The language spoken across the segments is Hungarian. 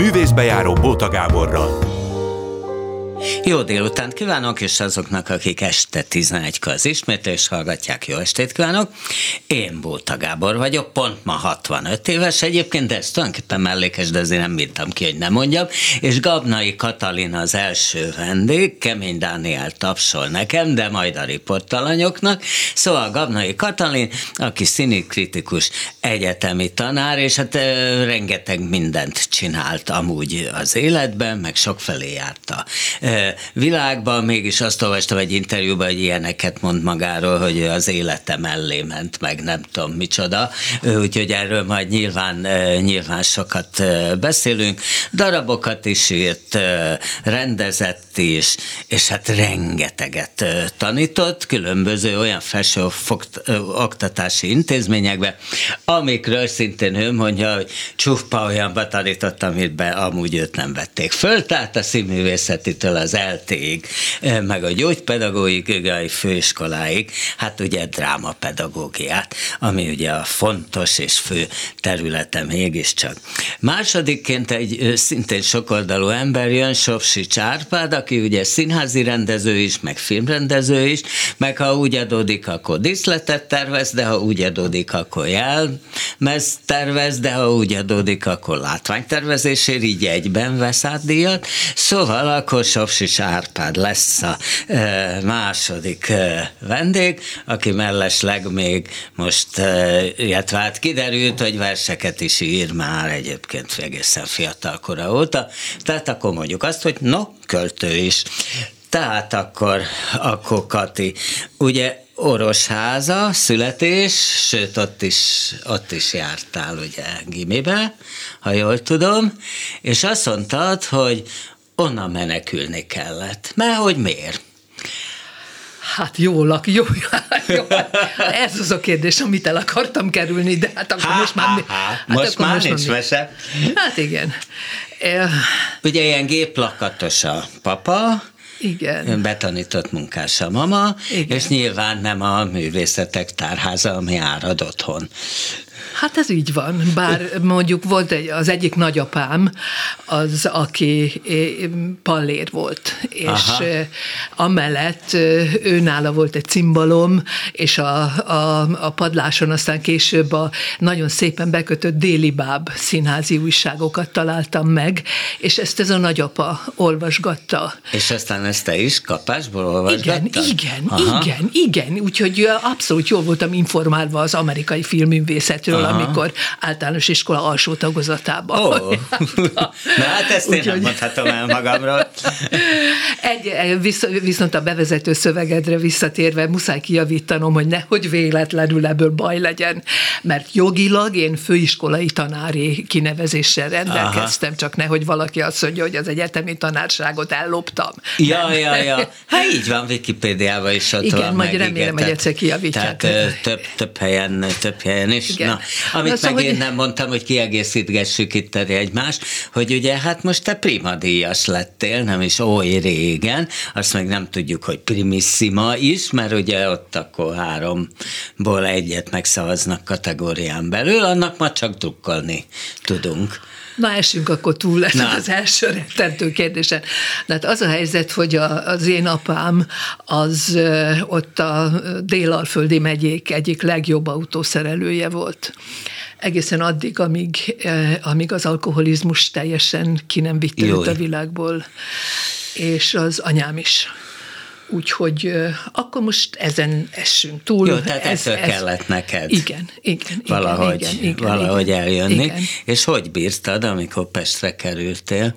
művészbejáró Bóta Gáborral. Jó délutánt kívánok, és azoknak, akik este 11-kor az ismétlést hallgatják, jó estét kívánok. Én Bóta Gábor vagyok, pont ma 65 éves egyébként, de ez tulajdonképpen mellékes, de azért nem bírtam ki, hogy ne mondjam. És Gabnai Katalin az első vendég, Kemény Dániel tapsol nekem, de majd a riportalanyoknak. Szóval Gabnai Katalin, aki színikritikus, egyetemi tanár, és hát rengeteg mindent csinált amúgy az életben, meg sokfelé járt a világban, mégis azt olvastam egy interjúban, hogy ilyeneket mond magáról, hogy ő az élete mellé ment, meg nem tudom micsoda, úgyhogy erről majd nyilván sokat beszélünk. Darabokat is írt, rendezett is, és hát rengeteget tanított, különböző olyan felső oktatási intézményekbe, amikről szintén ő mondja, hogy csuppa olyanba tanított, amit amúgy őt nem vették föl, tehát a színművészetitől az ELTE-ig, meg a gyógypedagógiai főiskoláig, hát ugye drámapedagógiát, ami ugye a fontos és fő területe mégiscsak. Másodikként egy szintén sokoldalú ember jön, Sopsics Árpád, aki ugye színházi rendező is, meg filmrendező is, meg ha úgy adódik, akkor díszletet tervez, de ha úgy adódik, akkor jelmez tervez, de ha úgy adódik, akkor látványtervezésért így egyben vesz át díjat. Szóval akkor Sopsics Árpád lesz a második vendég, aki mellesleg még most, illetve hát kiderült, hogy verseket is ír már egyébként egészen fiatal kora óta, tehát akkor mondjuk azt, hogy költő is. Tehát akkor Kati, ugye Orosháza, születés, sőt ott is jártál ugye gimibe, ha jól tudom, és azt mondtad, hogy onnan menekülni kellett. Mert hogy miért? Hát jó. Ez az a kérdés, amit el akartam kerülni, de hát akkor most már nincs mese. Hát igen. Ugye ilyen géplakatos a papa, igen. Betanított munkás a mama, igen. És nyilván nem a művészetek tárháza, ami árad otthon. Hát ez így van, bár mondjuk volt az egyik nagyapám, az, aki pallér volt, és amellett őnála volt egy cimbalom, és a padláson aztán később a nagyon szépen bekötött Déli Báb színházi újságokat találtam meg, és ezt ez a nagyapa olvasgatta. És aztán ezt te is kapásból olvasgattad? Igen, úgyhogy abszolút jól voltam informálva az amerikai filmművészetről, amikor általános iskola alsó tagozatában. Na hát ezt én nem mondhatom el magamról. Viszont a bevezető szövegedre visszatérve muszáj kijavítanom, hogy nehogy véletlenül ebből baj legyen, mert jogilag én főiskolai tanári kinevezéssel rendelkeztem, csak nehogy valaki azt mondja, hogy az egyetemi tanárságot elloptam. Ja. Hát így van, Wikipédiában is ott igen, van. Igen, majd remélem, hogy egyszer kijavítják. Tehát több helyen is. Igen. Na, amit meg én nem mondtam, hogy kiegészítgessük itt egymást, hogy ugye hát most te primadíjas lettél, nem is oly régen, azt meg nem tudjuk, hogy primissima is, mert ugye ott akkor 3-ból egyet megszavaznak kategórián belül, annak ma csak drukkolni tudunk. Na, esünk akkor túl az első rettentő kérdésen. Hát az a helyzet, hogy az én apám az ott a Dél-Alföldi megyék egyik legjobb autószerelője volt. Egészen addig, amíg az alkoholizmus teljesen ki nem vitte őt a világból, és az anyám is. Úgyhogy akkor most ezen essünk túl. Jó, tehát ettől kellett neked. Igen. Valahogy eljönni. Igen. És hogy bírtad, amikor Pestre kerültél?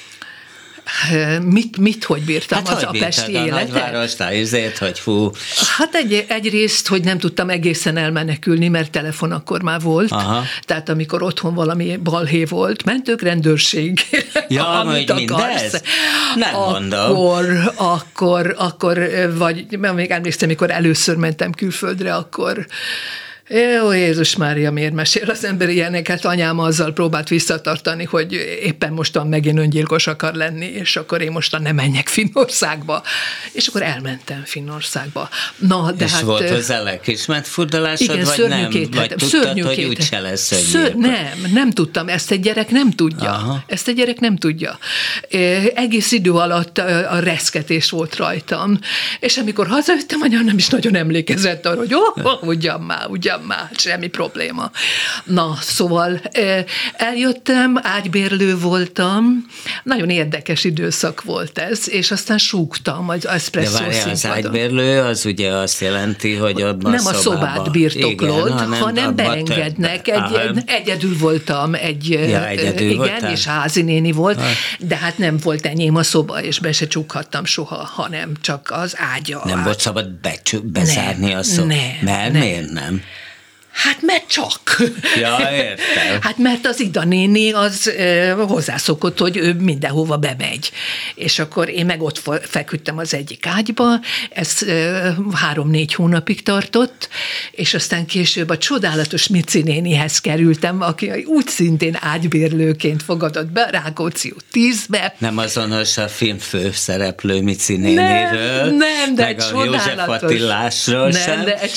Mit hogy bírtam hát az a pesti életet? A nagyvárosnál izért, hogy fú. Hát egyrészt, hogy nem tudtam egészen elmenekülni, mert telefon akkor már volt. Aha. Tehát amikor otthon valami balhé volt, mentők, rendőrség. Ja, amit akarsz. Nem mondom. Akkor, vagy még emlékszem, amikor először mentem külföldre, akkor Jó, Jézus Mária, miért mesél az ember ilyeneket? Anyám azzal próbált visszatartani, hogy éppen mostan megint öngyilkos akar lenni, és akkor én mostan nem menjek Finnországba. És akkor elmentem Finnországba. Na, de és hát, volt hozzá lelkiismert furdalásod, igen, vagy nem? Vagy tudtad, hogy úgyse lesz öngyilkos? Nem tudtam. Ezt egy gyerek nem tudja. Aha. Ezt egy gyerek nem tudja. Egész idő alatt a reszketés volt rajtam. És amikor hazajöttem, anyám nem is nagyon emlékezett arra, hogy ugyan már, semmi probléma. Na, szóval eljöttem, ágybérlő voltam, nagyon érdekes időszak volt ez, és aztán súgtam az eszpresszó színpadon. De várjál, az ágybérlő, az ugye azt jelenti, hogy abban nem a szobát birtoklod, hanem beengednek. Egyedül voltam, igen, és házinéni volt, de hát nem volt enyém a szoba, és be se csukhattam soha, hanem csak az ágya. Nem volt szabad bezárni a szobát? Mert miért nem? Hát mert csak. Ja, értem. Hát mert az Ida néni az hozzászokott, hogy ő mindenhova bemegy. És akkor én meg ott feküdtem az egyik ágyba, ez 3-4 hónapig tartott, és aztán később a csodálatos Mici nénihez kerültem, aki úgy szintén ágybérlőként fogadott be, Rákóczi út 10-be. Nem azonos a film főszereplő Mici néniről, nem, de meg a József Attilásról sem. Nem, de egy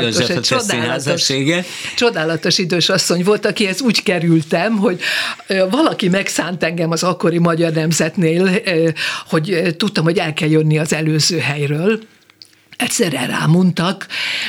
csodálatos idős asszony volt, akihez úgy kerültem, hogy valaki megszánt engem az akkori Magyar Nemzetnél, hogy tudtam, hogy el kell jönni az előző helyről. Egyszerre rámondtak,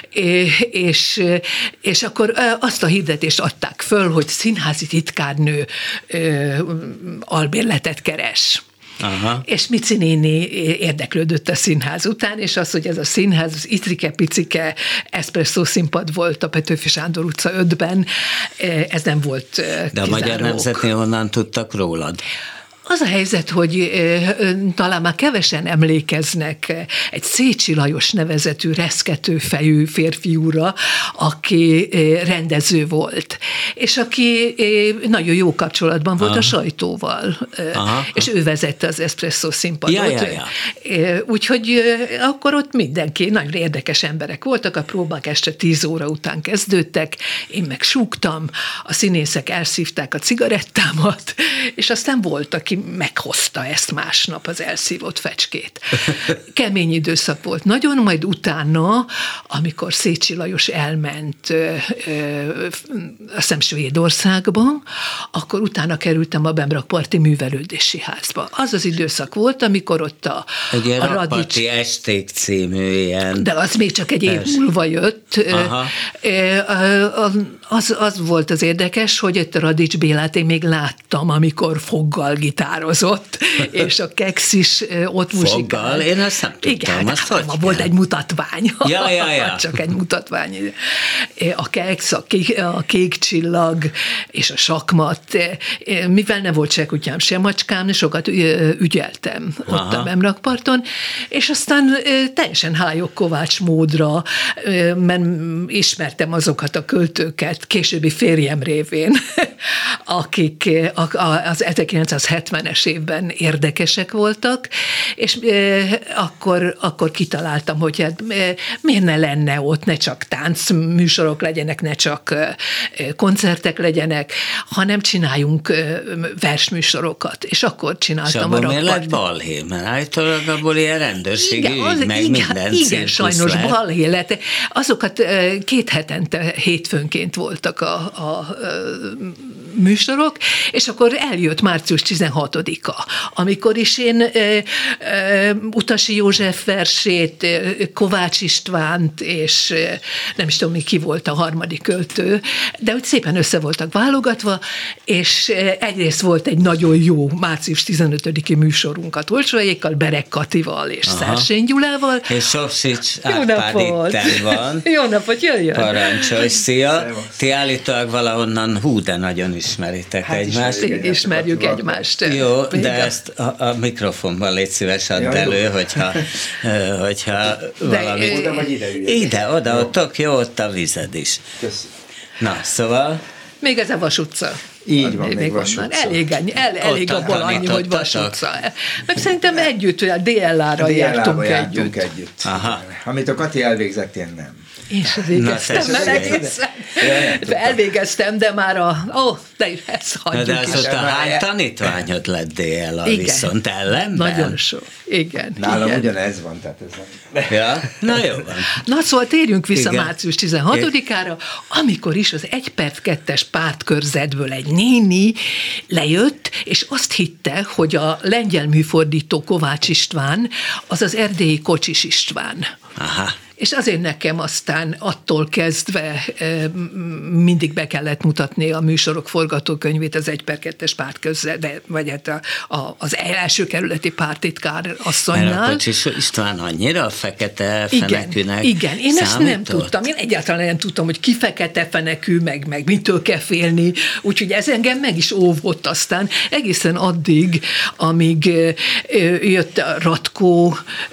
és akkor azt a hirdetést adták föl, hogy színházi titkárnő albérletet keres. Aha. És Mici néni érdeklődött a színház után, és az, hogy ez a színház, az itrike-picike eszpresszó színpad volt a Petőfi Sándor utca 5-ben, ez nem volt kizárók. De a Magyar Nemzetnél honnan tudtak rólad? Az a helyzet, hogy talán már kevesen emlékeznek egy Szécsi Lajos nevezetű reszketőfejű férfiúra, aki rendező volt, és aki nagyon jó kapcsolatban volt a sajtóval, és ő vezette az eszpresszó színpadot. Úgyhogy akkor ott mindenki, nagyon érdekes emberek voltak, a próbák este 10 óra után kezdődtek, én meg súgtam, a színészek elszívták a cigarettámat, és aztán volt, aki meghozta ezt másnap, az elszívott fecskét. Kemény időszak volt nagyon, majd utána, amikor Szécsi Lajos elment azt hiszem Svédországba, akkor utána kerültem a Bemrakparti Művelődési Házba. Az az időszak volt, amikor ott a Rakparti Esték című ilyen. De az még csak egy év múlva jött. Az volt az érdekes, hogy itt a Radics Bélát én még láttam, amikor foggal gitározott, és a Keksz is ott muzsikált. Foggal? Én azt nem tudtam. Igen, volt egy mutatvány. Ja. Csak egy mutatvány. A Keksz, a Kék Csillag, és a sakmat. Mivel nem volt se kutyám, se macskám, sokat ügyeltem ott a Bemrakparton, és aztán teljesen Hályog Kovács módra, mert ismertem azokat a költőket, későbbi férjem révén, akik az 1970-es évben érdekesek voltak, és akkor kitaláltam, hogy hát miért ne lenne ott, ne csak táncműsorok legyenek, ne csak koncertek legyenek, hanem csináljunk versműsorokat. És akkor csináltam a miért lett balhé? Mert állítólag abból ilyen rendőrségi ügy, meg minden igen, sajnos balhé lett. Azokat 2 hetente hétfőnként voltak a műsorok, és akkor eljött március 16-a, amikor is én Utasi József versét, Kovács Istvánt, és nem is tudom, ki volt a harmadik költő, de hogy szépen össze voltak válogatva, és egyrészt volt egy nagyon jó március 15-i műsorunk a Tolcsóékkal, Bereg Katival és Szersény Gyulával. És Sopsics Árpád itten van. Jó napot, jöjjön! Parancsolj, szia! Ti állítólag valahonnan de nagyon ismeritek egymást. Ismerjük egymást. Jó, de ezt a mikrofonban légy szíves add elő, hogyha valami... Oda vagy ide, oda, tök jó, ott a vized is. Köszönöm. Na, szóval... Még ez a Vas utca. Így van, még Vas utca. Elég abból annyi, hogy Vas utca. Meg szerintem együtt, hogy a DLA-ra jártunk együtt. Aha. Amit a Kati elvégzett, én nem. Én sem végeztem el egészen. Elvégeztem, de már de ezt hagyjuk. De azóta hány tanítványod lett DLA viszont ellenben? Nagyon sok. Igen. Nálam ugyanez van, tehát ez nem. Ja? Na jó van. Na szóval térjünk vissza március 16-ára, amikor is az 1/2 pártkörzetből egy néni lejött, és azt hitte, hogy a lengyel műfordító Kovács István, az az erdélyi Kocsis István. Aha. És azért nekem aztán attól kezdve mindig be kellett mutatni a műsorok forgatókönyvét az 1/2 pártközzetbe, vagy hát az első kerületi pártitkár asszonynál. Mert a Kocsis István annyira a fekete fenekűnek Igen, én számított? ezt nem tudtam. Én egyáltalán nem tudtam, hogy ki fekete fenekű, meg mitől kell félni. Úgyhogy ez engem meg is óvott aztán egészen addig, amíg jött a Ratkó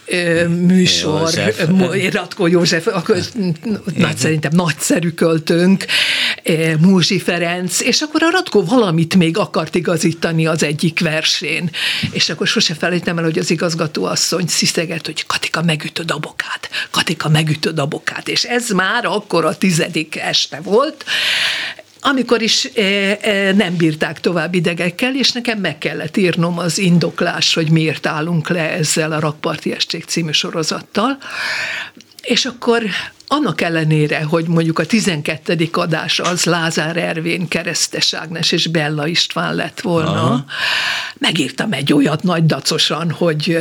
műsor, Ratkó József, szerintem nagyszerű költőnk, Múzsi Ferenc, és akkor a Ratkó valamit még akart igazítani az egyik versén. És akkor sose felejtem el, hogy az igazgatóasszony sziszegett, hogy Katika, megütöd a bokát. Katika, megütöd a bokát. És ez már akkor a 10. este volt, amikor is nem bírták tovább idegekkel, és nekem meg kellett írnom az indoklás, hogy miért állunk le ezzel a Rakparti Esték című sorozattal. És akkor annak ellenére, hogy mondjuk a 12. adás az Lázár Ervin, Keresztes Ágnes és Bella István lett volna, megírtam egy olyat nagy dacosan, hogy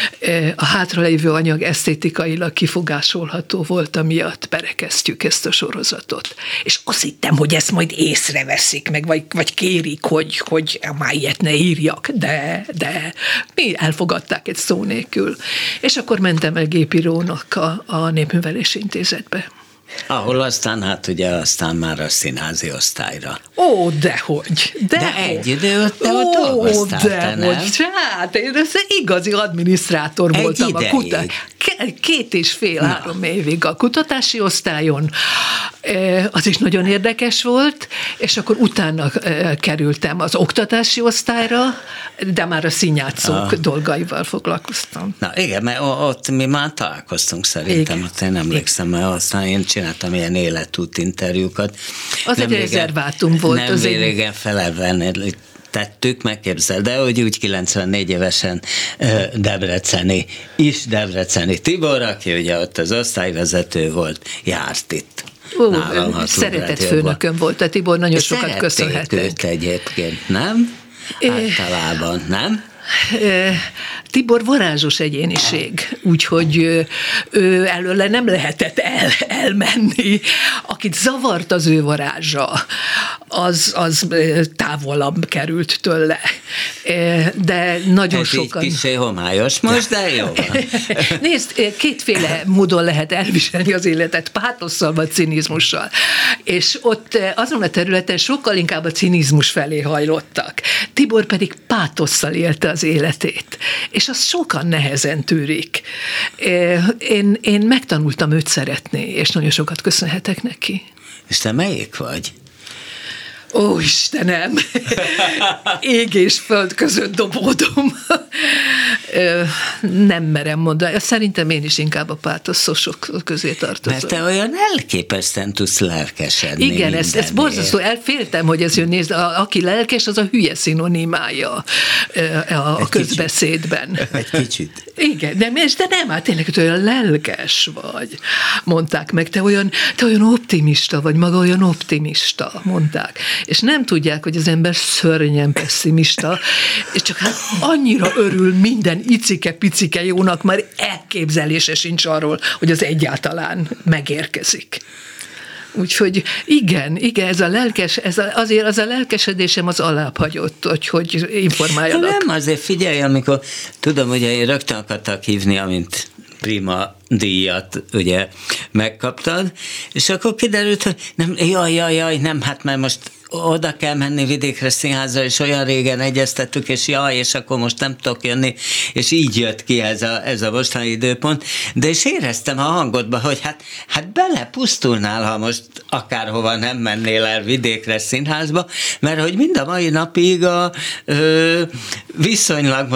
a hátralévő anyag esztétikailag kifogásolható volt, amiatt berekeztjük ezt a sorozatot. És azt hittem, hogy ezt majd észreveszik meg, vagy kérik, hogy már ilyet ne írjak, de mi elfogadták egy szó nélkül. És akkor mentem el gépírónak a Népművelési Intézetbe. Ahol aztán, aztán már a színházi osztályra. Ó, dehogy. De egy idő ott dolgoztál, te nem? Hát én igazi adminisztrátor voltam. Ideig. 2,5-3 évig a kutatási osztályon. Az is nagyon érdekes volt, és akkor utána kerültem az oktatási osztályra, de már a színjátszók dolgaival foglalkoztam. Na igen, mert ott mi már találkoztunk szerintem, ott én emlékszem, mert aztán én csináltam ilyen életút interjúkat. Az egy rezervátum volt. Nem régen tettük, megképzeld, de hogy úgy 94 évesen Debreceni Tibor, aki ugye ott az osztályvezető volt, járt itt. Szeretett főnököm volt, a Tibor, nagyon sokat köszönhetünk. Szerették őt egyébként, nem? Általában, nem? Tibor varázsos egyéniség, úgyhogy ő előle nem lehetett elmenni. Akit zavart az ő varázsa, az távolabb került tőle. De nagyon ez sokan... Ez így kicsi homályos most, de jó van. Nézd, kétféle módon lehet elviselni az életet, pátosszal vagy cinizmussal. És ott azon a területen sokkal inkább a cinizmus felé hajlottak. Tibor pedig pátosszal élte az életét, és azt sokan nehezen tűrik. Én megtanultam őt szeretni, és nagyon sokat köszönhetek neki. És te melyik vagy? Ó, Istenem! Ég és föld között dobódom. Nem merem mondani. Szerintem én is inkább a pátoszosok közé tartozom. Mert te olyan elképesztően tudsz lelkesedni. Igen, ez borzasztó. Elféltem, hogy ez jön, nézd, aki lelkes, az a hülye szinonimája a közbeszédben. Egy kicsit. Igen, de nem, hát tényleg te olyan lelkes vagy, mondták meg, te olyan optimista vagy, maga olyan optimista, mondták. És nem tudják, hogy az ember szörnyen pessimista, és csak hát annyira örül minden icike-picike jónak, már elképzelése sincs arról, hogy az egyáltalán megérkezik. Úgyhogy igen, azért az a lelkesedésem az alább hagyott, hogy informáljanak. Nem, azért figyelj, amikor tudom, hogy én rögtön akartak hívni, amint Prima díjat ugye megkaptad, és akkor kiderült, hogy nem, jaj, nem, hát mert most oda kell menni Vidékre színházra, és olyan régen egyeztettük, és akkor most nem tudok jönni, és így jött ki ez a mostani időpont, de és éreztem a hangodba, hogy hát belepusztulnál, ha most akárhova nem mennél el Vidékre színházba, mert hogy mind a mai napig viszonylag most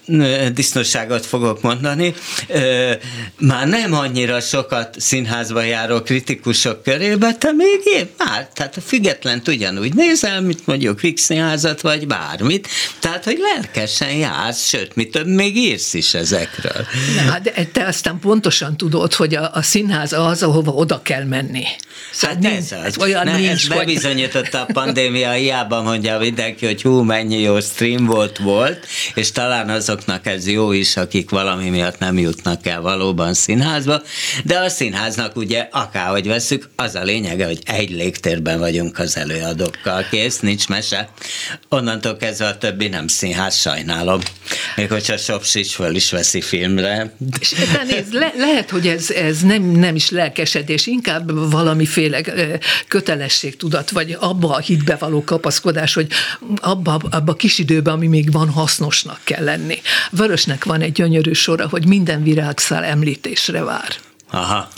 disznóságot fogok mondani, már nem annyira sokat színházba járó kritikusok körébe, te még már, tehát a függetlent ugyanúgy nézel, mint mondjuk Vígszínházat, vagy bármit, tehát, hogy lelkesen jársz, sőt, mi több, még írsz is ezekről. Na, de te aztán pontosan tudod, hogy a színház az, ahova oda kell menni. Hát ez az. Ez bebizonyította a pandémia, hiába mondja mindenki, hogy mennyi jó stream volt, és talán azoknak ez jó is, akik valami miatt nem jutnak el valóban színházba, de a színháznak ugye akárhogy veszük, az a lényege, hogy egy légtérben vagyunk az előadókkal, kész, nincs mese. Onnantól kezdve a többi nem színház, sajnálom. Még hogyha Sopsics föl is veszi filmre. És lehet, hogy ez nem is lelkesedés, inkább valamiféle kötelességtudat, vagy abba a hitbe való kapaszkodás, hogy abba a kis időben, ami még van, hasznosnak kell lenni. Vörösnek van egy gyönyörű sora, hogy minden virágszál említésre vár. Aha.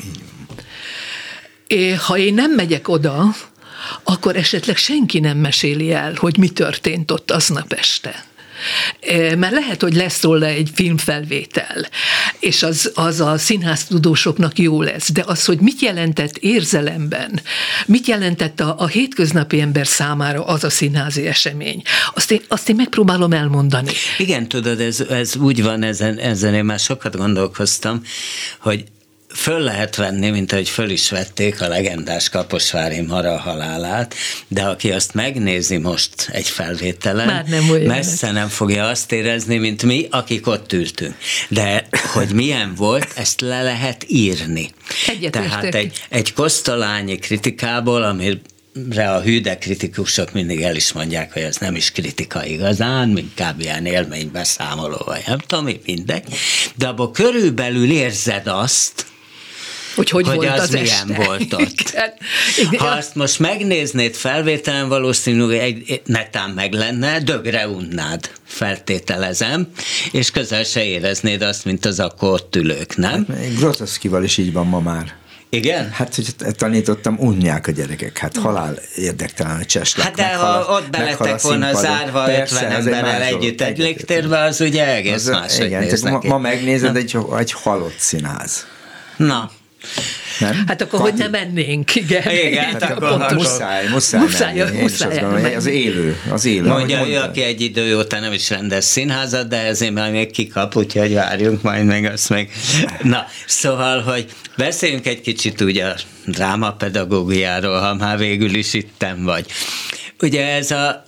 Ha én nem megyek oda, akkor esetleg senki nem meséli el, hogy mi történt ott aznap este. Mert lehet, hogy lesz róla egy filmfelvétel, és az a színháztudósoknak jó lesz, de az, hogy mit jelentett érzelemben, mit jelentett a hétköznapi ember számára az a színházi esemény, azt én megpróbálom elmondani. Igen, tudod, ez úgy van, ezen én már sokat gondolkoztam, hogy föl lehet venni, mint ahogy föl is vették a legendás Kaposvári Mara halálát, de aki azt megnézi most egy felvételen, messze nem fogja azt érezni, mint mi, akik ott ültünk. De hogy milyen volt, ezt le lehet írni. Tehát egy kosztolányi kritikából, amire a hűde kritikusok mindig el is mondják, hogy ez nem is kritika igazán, inkább ilyen élménybeszámoló, vagy nem tudom, mindegy. De abból körülbelül érzed azt, hogy volt az milyen este. Volt ott. Igen. Ha azt most megnéznéd felvételen, valószínűleg netán meg lenne, dögre unnád, feltételezem, és közel se éreznéd azt, mint az akkor ott ülők, nem? Hát, Grotowskival is így van ma már. Igen? Hát, hogy tanítottam, unják a gyerekek, hát halál érdektelen a cseslak. Hát de ha ott belettek volna zárva 50 emberrel együtt egy légtérbe, az ugye egész máshogy néznek. Ma megnézed egy halott színház. Na. Nem? Hát akkor hogy nem mennénk, igen. Igen, akkor muszáj menni. Az élő. Mondja ő, aki egy idő óta nem is rendez színházat, de ezért már még kikap, úgyhogy várjunk majd meg azt meg. Na, szóval, hogy beszéljünk egy kicsit úgy a drámapedagógiáról, ha már végül is itten vagy. Ugye ez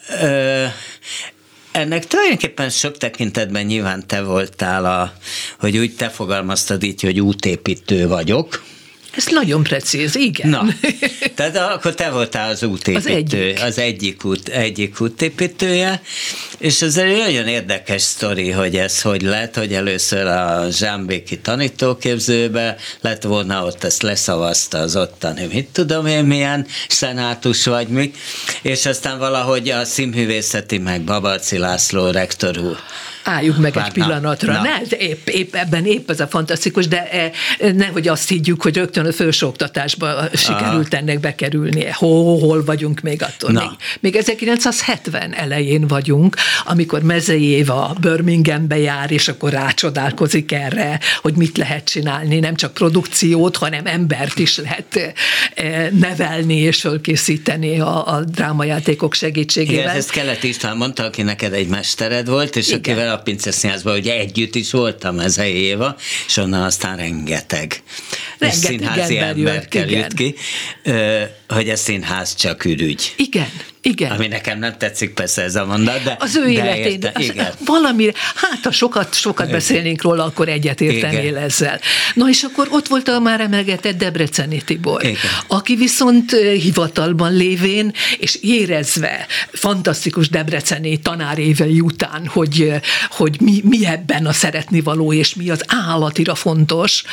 ennek tulajdonképpen sok tekintetben nyilván te voltál, hogy úgy te fogalmaztad így, hogy útépítő vagyok. Ez nagyon precíz, igen. Na, tehát akkor te voltál az útépítő, az egyik útépítője, és ez egy nagyon érdekes sztori, hogy ez hogy lett, hogy először a Zsámbéki tanítóképzőbe lett volna, ott ezt leszavazta az ottani, mit tudom én, milyen szenátus vagy mi, és aztán valahogy a színművészeti meg Babalci László rektor úr. Álljuk meg egy pillanatra. Na. Ebben ez a fantasztikus, de nehogy azt higgyük, hogy rögtön a felsőoktatásba sikerült ennek bekerülnie. Hol vagyunk még attól? Még 1970 elején vagyunk, amikor Mezei Éva Birminghambe jár, és akkor rácsodálkozik erre, hogy mit lehet csinálni, nem csak produkciót, hanem embert is lehet nevelni és fölkészíteni a drámajátékok segítségével. Igen, ezt Keleti István mondta, aki neked egy mestered volt, és akivel a Pinceszínházban ugye együtt is voltam Mezei Éva, és onnan aztán rengeteg színházi ember került ki, hogy a színház csak ürügy. Igen. Ami nekem nem tetszik persze ez a mondat, de az ő életén, valamire, hát ha sokat beszélnénk róla, akkor egyetértenél ezzel. Na és akkor ott volt a már emlegetett Debreceni Tibor, aki viszont hivatalban lévén, és érezve fantasztikus debreceni tanárévei után, hogy mi ebben a szeretnivaló, és mi az állatira fontos,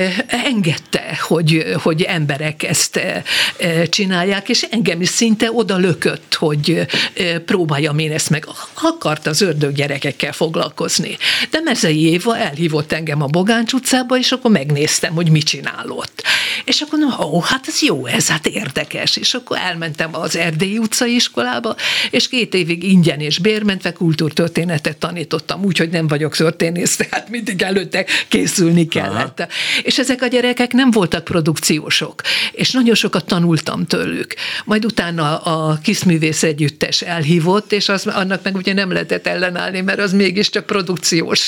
engedte, hogy emberek ezt csinálják, és engem is szinte oda oda lökött, hogy próbáljam én ezt meg. Akart az ördög gyerekekkel foglalkozni. De Mezei Éva elhívott engem a Bogáncs utcába, és akkor megnéztem, hogy mit csinál ott. És akkor hát ez jó, ez hát érdekes. És akkor elmentem az Erdélyi utcai iskolába, és 2 évig ingyen és bérmentve kultúrtörténetet tanítottam, úgyhogy nem vagyok történész, tehát mindig előtte készülni kellett. Aha. És ezek a gyerekek nem voltak produkciósok, és nagyon sokat tanultam tőlük. Majd utána a Kiszművész Együttes elhívott, és annak meg ugye nem lehetett ellenállni, mert az mégiscsak produkciós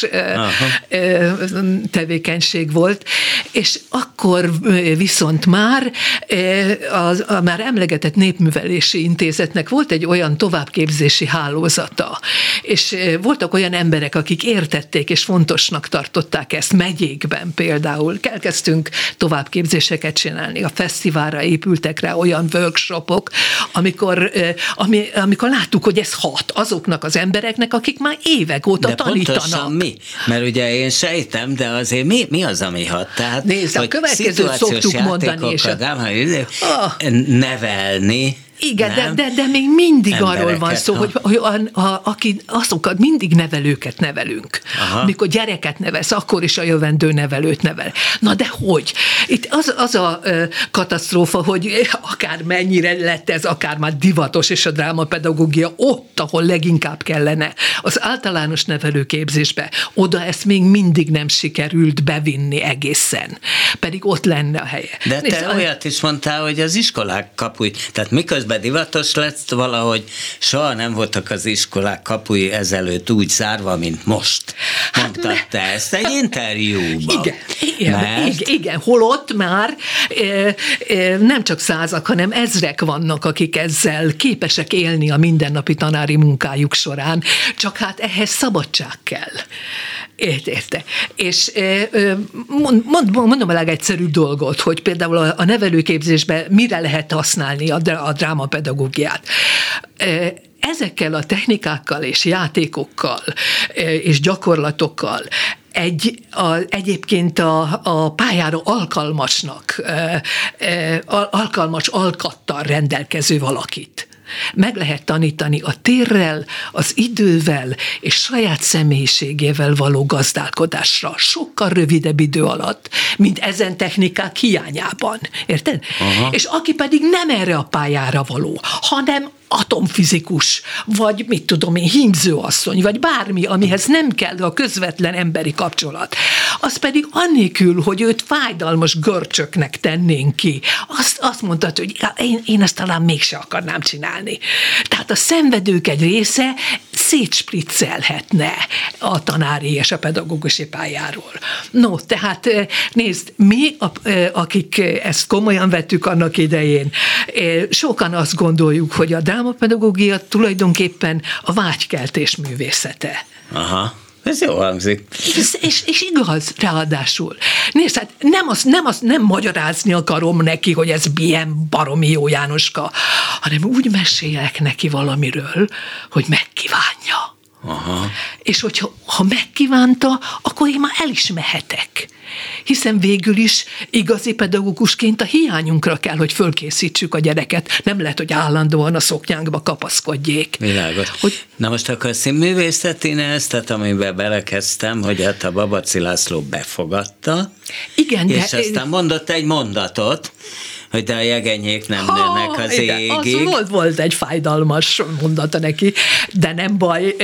tevékenység volt. És akkor viszont már a már emlegetett Népművelési Intézetnek volt egy olyan továbbképzési hálózata, és voltak olyan emberek, akik értették és fontosnak tartották ezt megyékben például. Elkezdtünk továbbképzéseket csinálni, a fesztiválra épültek rá olyan workshopok, amikor láttuk, hogy ez hat azoknak az embereknek, akik már évek óta tanítanak. De pontosan mi? Mert ugye én sejtem, de azért mi az, ami hat? Tehát, nézd, a következőt szoktuk mondani. És nevelni. Igen, de még mindig embereket, arról van szó, hogy azokat mindig nevelőket nevelünk. Aha. Amikor gyereket nevelsz, akkor is a jövendő nevelőt nevel. Na de hogy? Itt az a katasztrófa, hogy akár mennyire lett ez, akár már divatos, és a drámapedagógia ott, ahol leginkább kellene, az általános nevelőképzésbe, oda ezt még mindig nem sikerült bevinni egészen. Pedig ott lenne a helye. De te olyat is mondtál, hogy az iskolák kapuj, tehát miközben divatos lett valahogy, soha nem voltak az iskolák kapui ezelőtt úgy zárva, mint most. Mondtad te ezt egy interjúban. Igen, holott már nem csak 100-ak, hanem ezrek vannak, akik ezzel képesek élni a mindennapi tanári munkájuk során, csak hát ehhez szabadság kell. Érte. És mondom a legegyszerűbb dolgot, hogy például a nevelőképzésben mire lehet használni a drámapedagógiát. Ezekkel a technikákkal és játékokkal és gyakorlatokkal egyébként a pályára alkalmas alkattal rendelkező valakit meg lehet tanítani a térrel, az idővel és saját személyiségével való gazdálkodásra sokkal rövidebb idő alatt, mint ezen technikák hiányában. Érted? Aha. És aki pedig nem erre a pályára való, hanem atomfizikus, vagy mit tudom én, hímzőasszony, vagy bármi, amihez nem kell a közvetlen emberi kapcsolat, az pedig annélkül, hogy őt fájdalmas görcsöknek tennénk ki, azt mondtad, hogy én ezt talán mégse akarnám csinálni. Tehát a szenvedők egy része szétspriccelhetne a tanári és a pedagógusi pályáról. No, tehát nézd, mi, akik ezt komolyan vettük annak idején, sokan azt gondoljuk, hogy a drámapedagógia tulajdonképpen a vágykeltés művészete. Aha. Ez jó hangzik. És igaz, ráadásul. Nézd, hát nem magyarázni akarom neki, hogy ez milyen baromi jó Jánoska, hanem úgy mesélek neki valamiről, hogy megkívánja. Aha. És hogyha megkívánta, akkor én már el is mehetek. Hiszen végül is igazi pedagógusként a hiányunkra kell, hogy fölkészítsük a gyereket. Nem lehet, hogy állandóan a szoknyánkba kapaszkodjék. Világos. Na most akkor a színművészetén ezt, tehát amiben belekezdtem, hogy hát a Babacsi László befogadta, igen, és aztán mondott egy mondatot, hogy de a jegenyék nem nőnek az égig. Az volt egy fájdalmas mondata neki, de nem baj,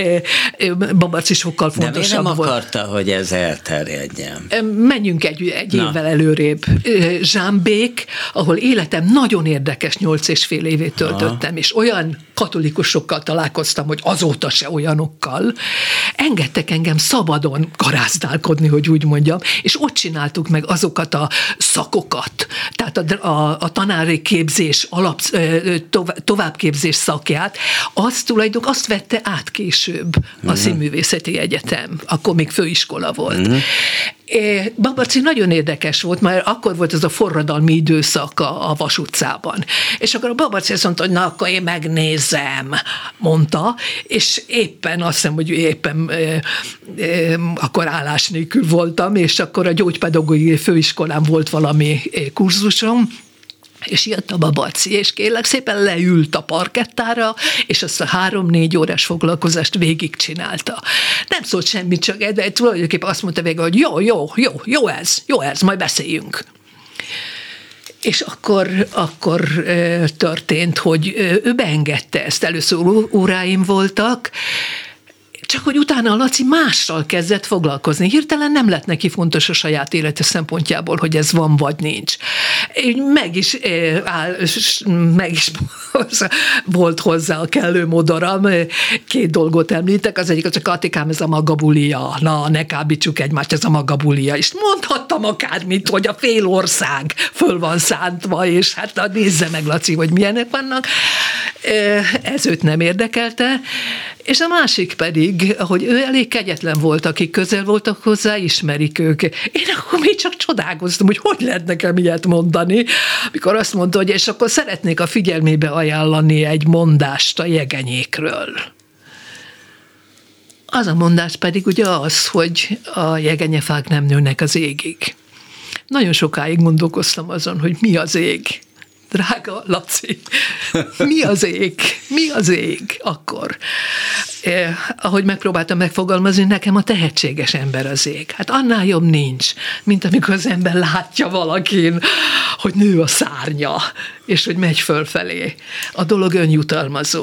Babacsi sokkal fontosabb volt. De miért nem akarta, hogy ez elterjedjen? Menjünk egy évvel előrébb. Zsámbék, ahol életem nagyon érdekes 8,5 évét töltöttem, és olyan katolikusokkal találkoztam, hogy azóta se olyanokkal, engedtek engem szabadon garázdálkodni, hogy úgy mondjam, és ott csináltuk meg azokat a szakokat, tehát a tanári képzés, továbbképzés szakját, azt vette át később a Színművészeti Egyetem, akkor még főiskola volt. Babacsi nagyon érdekes volt, mert akkor volt ez a forradalmi időszak a Vas utcában. És akkor a Babacsi azt mondta, hogy na, akkor én megnézem, mondta, és éppen azt hiszem, hogy éppen akkor állás nélkül voltam, és akkor a gyógypedagógiai főiskolán volt valami kurzusom, És jött a Babaci, és kérlek szépen leült a parkettára, és azt a 3-4 órás foglalkozást végigcsinálta. Nem szólt semmit, csak de tulajdonképpen azt mondta végül, hogy jó ez, majd beszéljünk. És akkor történt, hogy ő beengedte ezt. Először óráim voltak, csak hogy utána a Laci mással kezdett foglalkozni. Hirtelen nem lett neki fontos a saját élete szempontjából, hogy ez van vagy nincs. Meg is volt hozzá a kellő modoram. 2 dolgot említek, az egyik, az a Katikám, ez a maga bulia. Na, ne kábítsuk egymást, ez a maga bulia. És mondhattam akármit, hogy a fél ország föl van szántva, és hát nézze meg, Laci, hogy milyenek vannak. Ez őt nem érdekelte. És a másik pedig, hogy ő elég kegyetlen volt, akik közel voltak hozzá, ismerik ők. Én akkor még csak csodálkoztam, hogy lehet nekem ilyet mondani, mikor azt mondta, hogy és akkor szeretnék a figyelmébe ajánlani egy mondást a jegenyékről. Az a mondás pedig ugye az, hogy a jegenyefák nem nőnek az égig. Nagyon sokáig gondolkoztam azon, hogy mi az ég. Drága Laci, mi az ég? Mi az ég akkor? Ahogy megpróbáltam megfogalmazni, nekem a tehetséges ember az ég. Hát annál jobb nincs, mint amikor az ember látja valakin, hogy nő a szárnya, és hogy megy fölfelé. A dolog önjutalmazó.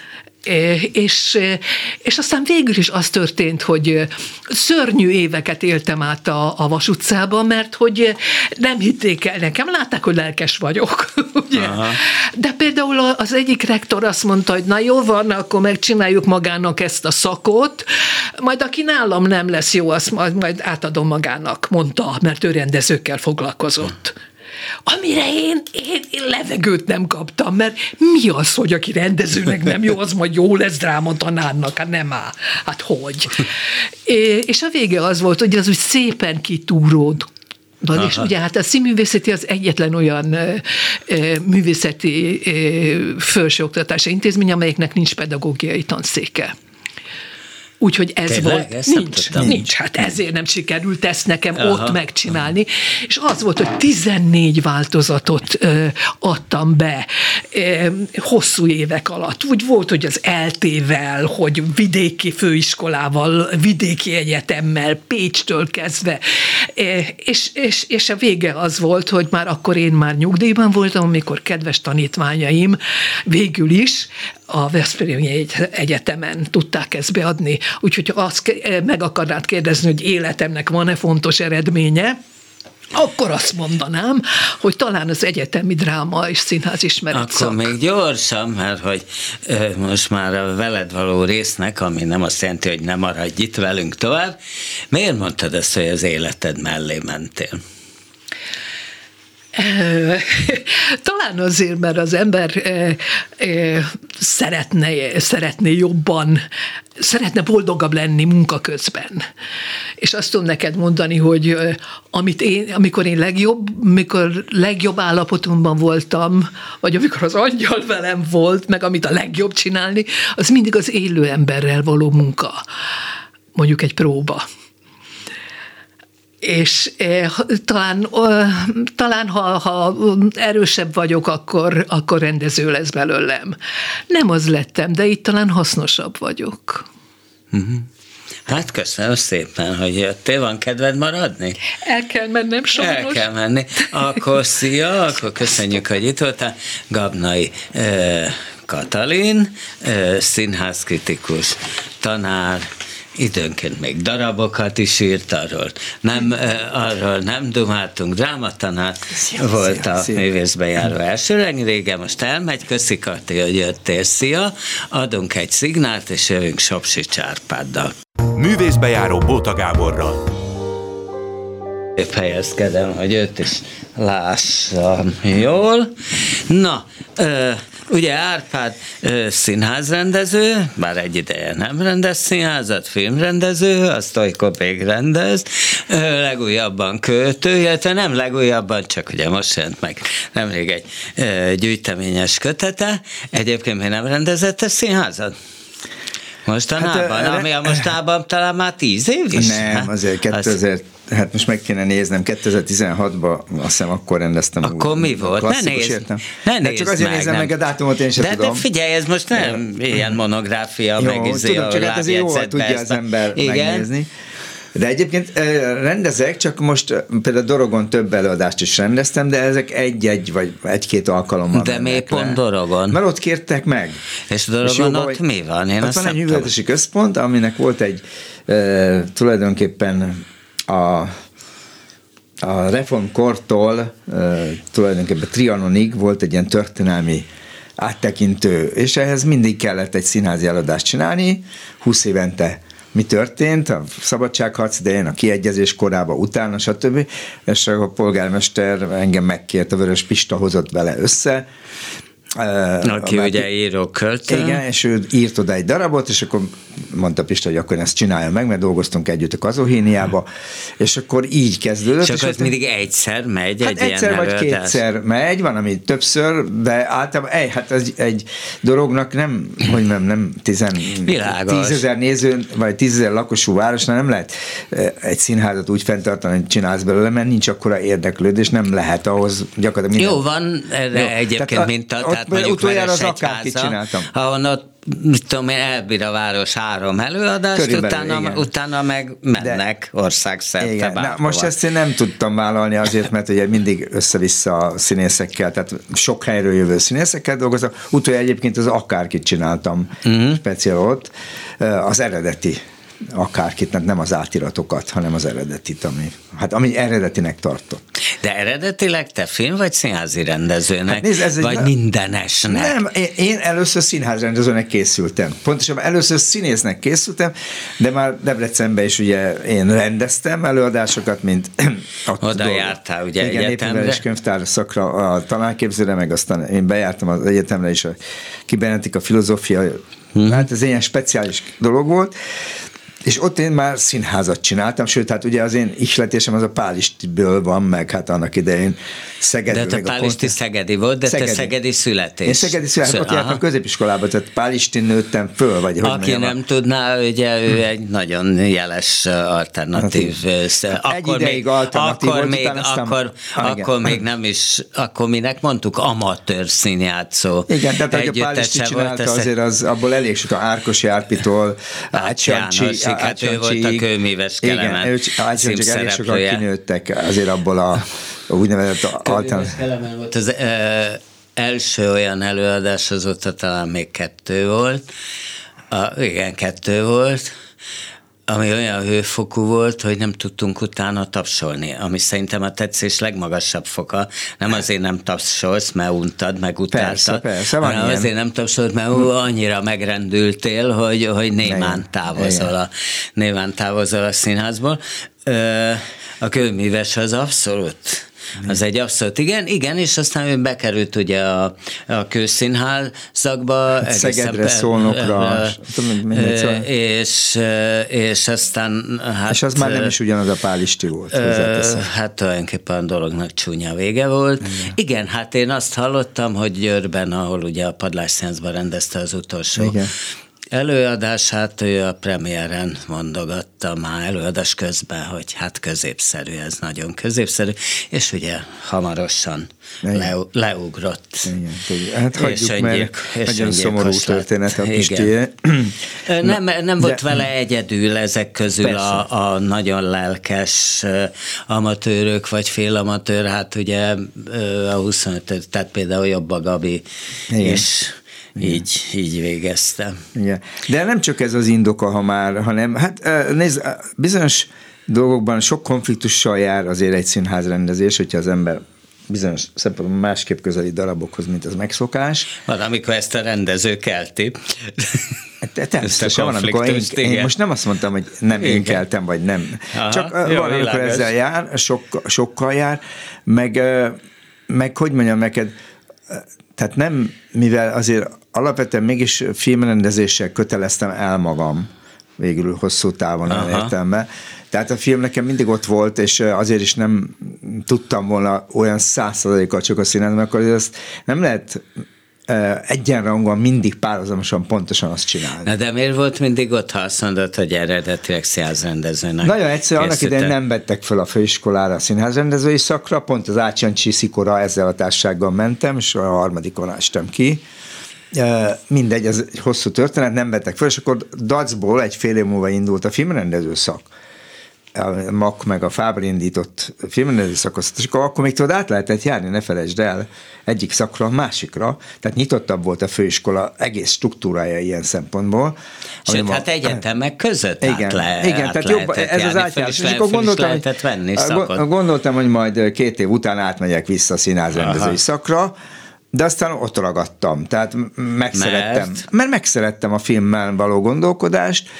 És aztán végül is az történt, hogy szörnyű éveket éltem át a Vas utcában, mert hogy nem hitték el nekem, látták, hogy lelkes vagyok. Ugye? De például az egyik rektor azt mondta, hogy na jó van, akkor megcsináljuk magának ezt a szakot, majd aki nálam nem lesz jó, azt majd átadom magának, mondta, mert ő rendezőkkel foglalkozott. Amire én levegőt nem kaptam, mert mi az, hogy aki rendezőnek nem jó, az majd jó lesz drámatanárnak, hát nem áll, hát hogy. És a vége az volt, hogy az úgy szépen kitúród. És ugye hát a színművészeti az egyetlen olyan művészeti felsőoktatási intézmény, amelyeknek nincs pedagógiai tanszéke. Úgyhogy ez tényleg? Volt. Nincs. Hát ezért nem sikerült ezt nekem ott megcsinálni. És az volt, hogy 14 változatot adtam be hosszú évek alatt. Úgy volt, hogy az ELTE-vel, hogy vidéki főiskolával, vidéki egyetemmel, Pécstől kezdve. És a vége az volt, hogy már akkor én már nyugdíjban voltam, amikor kedves tanítványaim végül is a Veszprémi Egyetemen tudták ezt beadni. Úgyhogy ha azt meg akarnád kérdezni, hogy életemnek van-e fontos eredménye, akkor azt mondanám, hogy talán az egyetemi dráma és színház ismeretszak. Akkor még gyorsan, mert hogy most már a veled való résznek, ami nem azt jelenti, hogy ne maradj itt velünk tovább, miért mondtad ezt, hogy az életed mellé mentél? Talán azért, mert az ember szeretné jobban, szeretne boldogabb lenni munka közben. És azt tudom neked mondani, hogy amikor legjobb állapotomban voltam, vagy amikor az angyal velem volt, meg amit a legjobb csinálni, az mindig az élő emberrel való munka. Mondjuk egy próba. És talán ha erősebb vagyok, akkor rendező lesz belőlem. Nem az lettem, de itt talán hasznosabb vagyok. Hát köszönöm szépen, hogy jöttél. Van kedved maradni? El kell mennem sajnos. El kell menni. Akkor szia, akkor köszönjük, hogy itt voltál. Gabnai Katalin, színházkritikus, tanár, időnként még darabokat is írt, arról nem dumáltunk, drámatanár volt a művészbejáró első régen, most elmegy, köszi Kati, hogy jöttél, szia, adunk egy szignált, és jövünk Sopsics Árpáddal. Művészbejáró Bóta Gáborral. Épp helyezkedem, hogy őt is lássam jól. Na, ugye Árpád színházrendező, bár egy ideje nem rendez színházat, filmrendező, a Sztojko még rendez, legújabban költő, illetve nem legújabban, csak ugye most jelent meg nemrég egy gyűjteményes kötete. Egyébként még nem rendezett színházat? Mostában talán már 10 év is? Nem, azért 2000, hát most meg kéne néznem, 2016-ban azt hiszem akkor rendeztem. Akkor mi volt? Ne nézd csak azért nézem meg a dátumot, én sem tudom. De figyelj, ez most nem ilyen monográfia, meg tudom, csak hát azért jól tudja az ember megnézni. De egyébként rendezek, csak most például Dorogon több előadást is rendeztem, de ezek egy-egy vagy egy-két alkalommal. De miért pont Dorogon? Mert ott kértek meg. És Dorogon ott mi van? Ott van egy művelődési központ, aminek volt egy tulajdonképpen a reformkortól tulajdonképpen Trianonig volt egy ilyen történelmi áttekintő, és ehhez mindig kellett egy színházi előadást csinálni, 20 évente mi történt a szabadságharc idején, a kiegyezés korában, utána, stb. És a polgármester engem megkért, a Vörös Pista hozott vele össze. Aki ugye író-költő. Igen, és ő írt oda egy darabot, és akkor mondta Pista, hogy akkor ezt csinálja meg, mert dolgoztunk együtt a Kazohéniába, és akkor így kezdődött. Csak az mindig egyszer megy egy ilyen egyszer vagy kétszer megy, van, ami többször, de általában egy dolognak nem, hogy nem 10 000 néző, vagy 10 000 lakosú városnál nem lehet egy színházat úgy fenntartani, hogy csinálsz belőle, mert nincs akkora érdeklődés, nem lehet ahhoz gyakorlatilag minden. Jó, van erre egyébként minta, tehát mondjuk Vörösegyháza, ahonnan mit tudom én, elbír a város 3 előadást, utána meg mennek országszerte bárhova. Most ezt én nem tudtam vállalni azért, mert ugye mindig össze-vissza a színészekkel, tehát sok helyről jövő színészekkel dolgoztam. Utoljára egyébként az Akárkit csináltam speciál ott, az eredeti Akárkit, nem az átiratokat, hanem az eredetit, ami eredetinek tartott. De eredetileg te film vagy színházi rendezőnek, vagy mindenesnek? Nem, én először színházrendezőnek készültem. Pontosabban először színésznek készültem, de már Debrecenben is ugye én rendeztem előadásokat, mint oda jártál ugye igen, egyetemre. Igen, könyvtár szakra a tanárképzőre, meg aztán én bejártam az egyetemre is a kibernetika, filozófia, hát ez ilyen speciális dolog volt, és ott én már színházat csináltam, sőt, hát ugye az én ihletésem az a Pálistiből van, meg hát annak idején Szegedi. De te Pálisti szegedi volt, de te szegedi születés. Én szegedi születés, ott jártam középiskolába, tehát Pálistin nőttem föl, vagy hogy aki nem tudná, ugye ő egy nagyon jeles alternatív. Egy ideig alternatív volt, akkor még nem is, akkor minek mondtuk, amatőr színjátszó. Igen, tehát hogy a Pálisti csinálta, azért az, abból elég sok, a Árkosi Árpitól, hát ő volt a Kőműves Kelemen címszereplője. Elég sokan kinőttek azért abból a úgynevezett Kőműves Kelemen volt az első olyan előadás, azóta talán még 2 volt. Igen, 2 volt, ami olyan hőfokú volt, hogy nem tudtunk utána tapsolni, ami szerintem a tetszés legmagasabb foka. Nem azért nem tapsolsz, mert untad, meg utáltad, hanem azért nem tapsolsz, mert annyira megrendültél, hogy némán távozol a színházból. A Kőműves az abszolút. Az egy abszolút, igen, és aztán ő bekerült ugye a Kőszínházakba. Szegedre, Szolnokra. És aztán... Hát, és az már nem is ugyanaz a Pálisti volt. Hát tulajdonképpen a dolognak csúnya vége volt. Igen, hát én azt hallottam, hogy Győrben, ahol ugye a Padlás Színházban rendezte az utolsó előadását, ő a premiéren mondogatta már előadás közben, hogy hát középszerű, ez nagyon középszerű, és ugye hamarosan leugrott. Igen, hát hagyjuk, mert nagyon szomorú történet a Pistié. Nem volt vele egyedül ezek közül a nagyon lelkes amatőrök, vagy félamatőr, hát ugye a 25, tehát például Jobba Gabi is így végeztem. Igen. De nem csak ez az indoka, hanem hát nézd, bizonyos dolgokban sok konfliktussal jár azért egy színházrendezés, hogyha az ember bizonyos szempontból másképp közeli darabokhoz, mint az megszokás. Van, amikor ezt a rendező kelti. Természetesen van, amikor én most nem azt mondtam, hogy nem én keltem, vagy nem. Aha, csak van, amikor ezzel jár, sokkal jár, meg hogy mondjam neked, tehát nem, mivel azért alapvetően mégis filmrendezéssel köteleztem el magam, végül hosszú távon értelme. Tehát a film nekem mindig ott volt, és azért is nem tudtam volna olyan 100%-kal csak a színházban, akkor ezt nem lehet egyenrangúan mindig párhuzamosan pontosan azt csinálni. Na de miért volt mindig ott, ha azt mondod, hogy eredetileg színházrendezőnek? Nagyon egyszerűen, annak idején nem vettek fel a főiskolára a színházrendezői szakra, pont az Ácsiancsi Szikora ezzel a társasággal mentem, és a harmadikon ástam ki. Mindegy, ez egy hosszú történet, nem vettek fel, és akkor Dacból egy fél év múlva indult a filmrendező szak. A MAK meg a Fábr indított filmrendező szakot, és akkor még tudod, át lehetett járni, ne felejtsd el, egyik szakra a másikra, tehát nyitottabb volt a főiskola egész struktúrája ilyen szempontból. Sőt, hát egyetemek között igen, tehát jobb, ez az átjárás. És akkor gondoltam, hogy majd 2 év után átmegyek vissza a színházrendezői szakra, de aztán ott ragadtam, tehát mert megszerettem a filmmel való gondolkodást,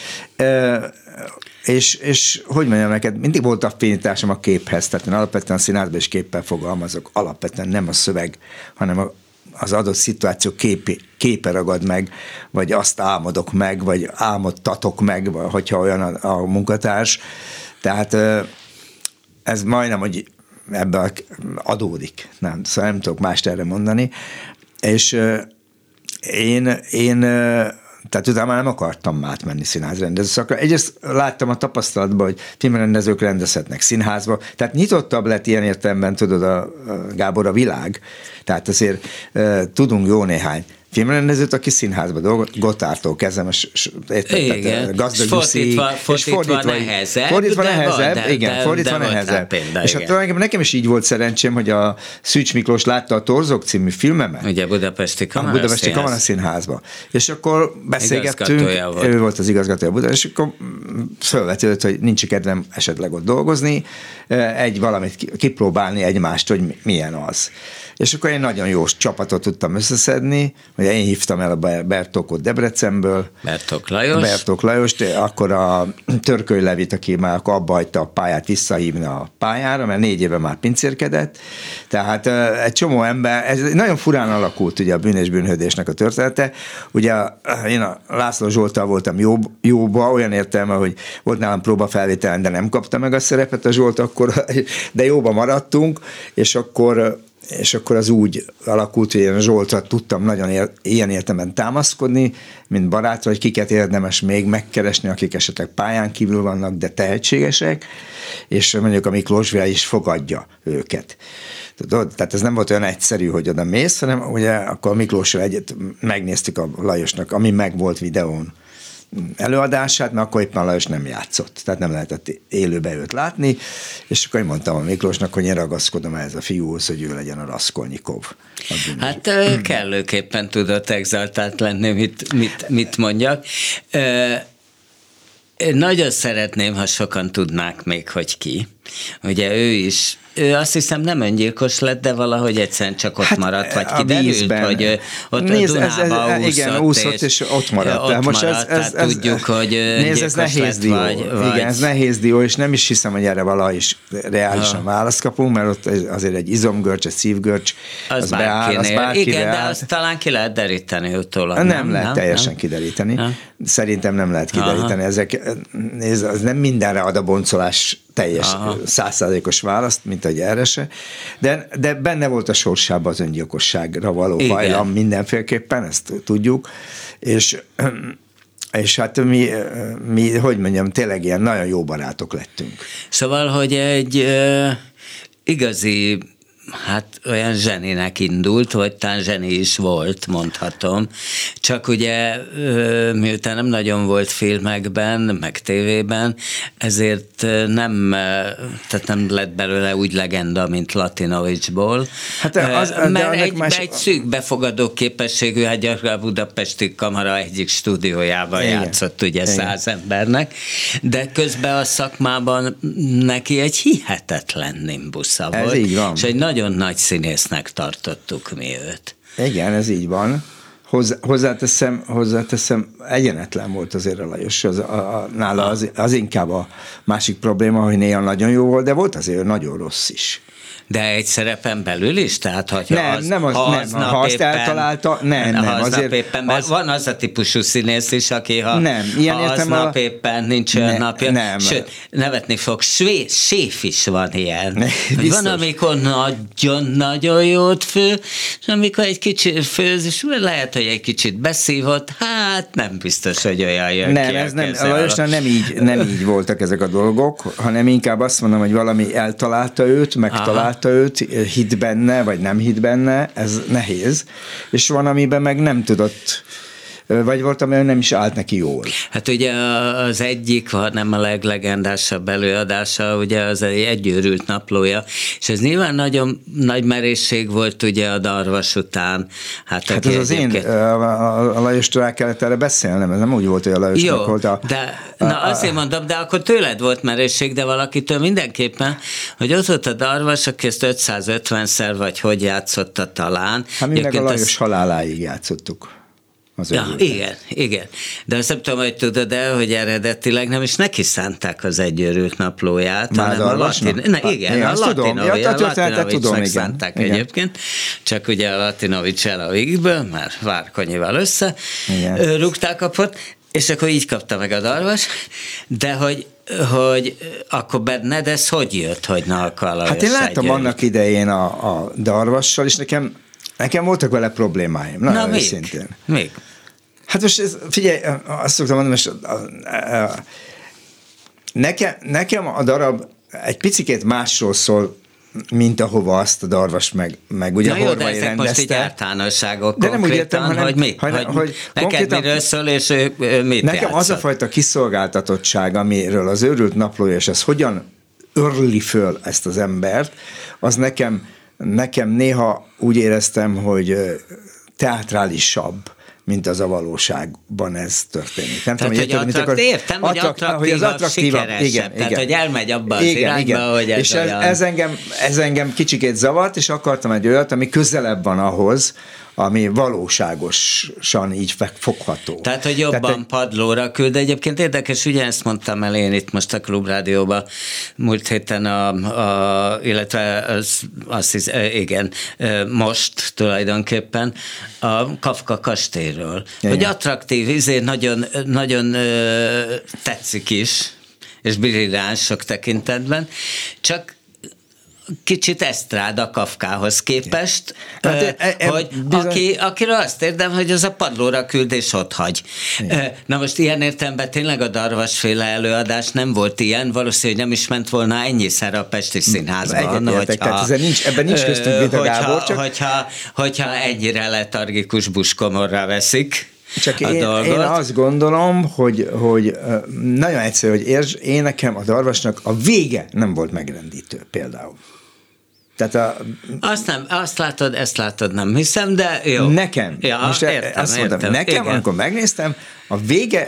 és hogy mondjam neked, mindig volt affinitásom a képhez, tehát én alapvetően a színházban is képpel fogalmazok, alapvetően nem a szöveg, hanem az adott szituáció képe ragad meg, vagy azt álmodok meg, vagy álmodtatok meg, hogyha olyan a munkatárs. Tehát ez majdnem, hogy ebből adódik. Szóval nem tudok mást erre mondani. És én tehát utána nem akartam átmenni színházrendező szakra. Egyrészt láttam a tapasztalatban, hogy filmrendezők rendezhetnek színházba, tehát nyitottabb lett ilyen értelemben, tudod, Gábor, a világ. Tehát azért tudunk jó néhány filmrendezőt, aki színházban dolgozott, Gotthardtól kezdve, Gazdag Gyusziig, és fordítva nehezebb. És hát tulajdonképpen nekem is így volt szerencsém, hogy a Szűcs Miklós látta a Torzok című filmemet. Ugye Budapesti Kamaraszínházba. És akkor beszélgettünk, ő volt az igazgatója Budapest, és akkor fölvetődött, hogy nincs kedvem esetleg ott dolgozni, valamit kipróbálni egymást, hogy milyen az. És akkor egy nagyon jó csapatot tudtam összeszedni, hogy én hívtam el a Bertokot Debrecenből. Bertok Lajost, akkor a Törköly Levit, aki már abba hagyta a pályát, visszahívni a pályára, mert 4 éve már pincérkedett. Tehát egy csomó ember, ez nagyon furán alakult ugye a Bűn és bűnhődésnek a története. Ugye én a László Zsolttal voltam jóba, olyan értelme, hogy volt nálam próbafelvételen, de nem kapta meg a szerepet a Zsolt akkor, de jóba maradtunk, és akkor az úgy alakult, hogy én a Zsoltra tudtam nagyon ilyen értelemben támaszkodni, mint barátra, hogy kiket érdemes még megkeresni, akik esetleg pályán kívül vannak, de tehetségesek, és mondjuk a Miklós is fogadja őket. Tehát ez nem volt olyan egyszerű, hogy oda mész, hanem ugye akkor a Miklóssal egyet megnéztük a Lajosnak, ami meg volt videón előadását, mert akkor éppen Lajos nem játszott, tehát nem lehetett élőbe őt látni, és akkor én mondtam a Miklósnak, hogy én ragaszkodom ehhez a fiúhoz, hogy ő legyen a Raskolnikov. Hát kellőképpen tudott exaltált lenni, mit mondjak. Nagyon szeretném, ha sokan tudnák még, hogy ki. Ugye ő azt hiszem nem öngyilkos lett, de valahogy egyszerűen csak ott maradt, vagy kiderült, hogy ott Dunába úszott, és ott maradt. Most ez tudjuk, hogy ez nehéz dió. Igen, ez nehéz dió, és nem is hiszem, hogy erre valahogy is reálisan választ kapunk, mert ott azért egy izomgörcs, egy szívgörcs, az beáll. Igen, de azt talán ki lehet deríteni utólag. Nem lehet teljesen kideríteni. Szerintem nem lehet kideríteni. Ez nem mindenre ad a boncolás teljes 100%-os választ, mint ahogy erre se, de benne volt a sorsában az öngyilkosságra való hajlam mindenféleképpen, ezt tudjuk, és hát mi, hogy mondjam, tényleg ilyen nagyon jó barátok lettünk. Szóval, hogy egy igazi, hát olyan zseninek indult, vagy talán zseni is volt, mondhatom. Csak ugye, miután nem nagyon volt filmekben, meg tévében, ezért nem lett belőle úgy legenda, mint Latinovicsból. Hát mert egy szűk befogadó képességű, hát gyakran a Budapesti Kamara egyik stúdiójában játszott ugye 100 embernek, de közben a szakmában neki egy hihetetlen nimbusza volt. Ez így van. És egy nagyon nagy színésznek tartottuk mi őt. Igen, ez így van. Hozzáteszem, egyenetlen volt azért a Lajos, nála az inkább a másik probléma, hogy néha nagyon jó volt, de volt azért nagyon rossz is. De egy szerepen belül is? Tehát, ha azt eltalálta, azért éppen, mert van az a típusú színész is, aki ha aznap éppen nincs olyan napja. Sőt, nevetni fog, séf is van ilyen. Van, amikor nagyon-nagyon jót fő, és amikor egy kicsit főz, és lehet, hogy egy kicsit beszívott, hát nem biztos, hogy olyan jön ki. Ez nem így voltak ezek a dolgok, hanem inkább azt mondom, hogy valami eltalálta őt, megtalálta őt, hit benne, vagy nem hit benne, ez nehéz, és van, amiben meg nem tudott, vagy volt, amiben nem is állt neki jól. Hát ugye az egyik, ha nem a leglegendásabb előadása, ugye az egy őrült naplója, és ez nyilván nagyon nagy merészség volt ugye a Darvas után. Hát ez az én, a Lajostól el kellett erre beszélnem, ez nem úgy volt, hogy a Lajosnak volt a... Azért mondom, de akkor tőled volt merészség, de valakitől mindenképpen, hogy ott volt a Darvas, aki ezt 550-szer, vagy hogy játszotta talán. Hát mi meg a Lajos haláláig játszottuk. Igen. De azt nem tudom, hogy tudod el, hogy eredetileg nem is neki szánták az Egy őrült naplóját, hanem a Latinovicsnak szánták egyébként, csak ugye a Latinovics el a Vígből, már Várkonyival össze, rúgták a pot, és akkor így kapta meg a Darvas, de hogy akkor benned ez hogy jött, hogy Nalka Hát én láttam annak idején a Darvassal, és nekem voltak vele problémáim. Na még? Hát most figyelj, azt szoktam mondani, most nekem a darab egy picikét másról szól, mint ahova azt a Darvas meg ugye Horvai rendezte. Most így általánosságok de nem úgy értem, hogy neked miről szól, és ő mit nekem játszott? Az a fajta kiszolgáltatottság, amiről az őrült naplója, és ez hogyan örli föl ezt az embert, az nekem néha úgy éreztem, hogy teátrálisabb, mint az a valóságban ez történik. Nem tehát, tudom, hogy attraktívabb, sikeresebb. Igen. Tehát, hogy elmegy abba az irányba, hogy ez és ez engem kicsikét zavart, és akartam egy olyat, ami közelebb van ahhoz, ami valóságosan így fogható. Tehát, hogy jobban padlóra küld. De egyébként érdekes, ugye ezt mondtam el én itt most a Klubrádióban múlt héten, illetve most tulajdonképpen a Kafka kastélyről. Hogy attraktív, nagyon, nagyon tetszik is, és brilliáns sok tekintetben, csak kicsit esztrád a Kafkához képest, akiről azt érdem, hogy az a padlóra küld és ott hagy. Na most ilyen értelemben tényleg a Darvas-féle előadás nem volt ilyen, valószínűleg nem is ment volna ennyiszer a Pesti Színházban. Ebben nincs köztünk vita, Gábor. Hogyha ennyire letargikus buskomorra veszik. Csak én azt gondolom, hogy nagyon egyszerű, hogy én nekem a Darvasnak a vége nem volt megrendítő például. Tehát ezt látod, nem hiszem, de jó. Nekem. Ja, most azt mondtam, nekem, amikor megnéztem, a vége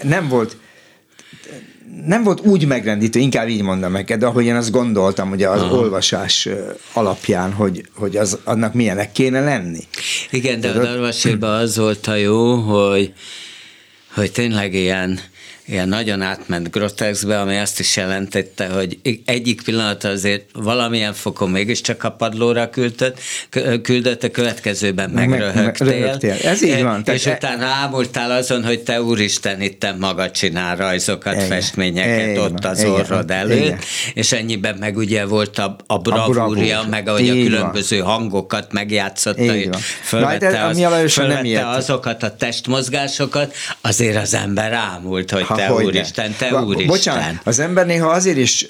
nem volt úgy megrendítő, inkább így mondom neked, ahogy én azt gondoltam, ugye az olvasás alapján, hogy annak milyenek kéne lenni. Igen, de a Darvaséban az volt a jó, hogy tényleg ilyen nagyon átment groteszkbe, ami azt is jelentette, hogy egyik pillanat azért valamilyen fokon mégiscsak a padlóra küldött, a következőben megröhögtél. Ez így van. És utána ámultál azon, hogy te úristen, itten maga csinál rajzokat, festményeket ott az orrod előtt, és ennyiben meg ugye volt a bravúrja, meg ahogy a különböző hangokat megjátszotta, és fölvette azokat a testmozgásokat, azért az ember ámult, hogy te úristen. Bocsánat, az ember néha azért is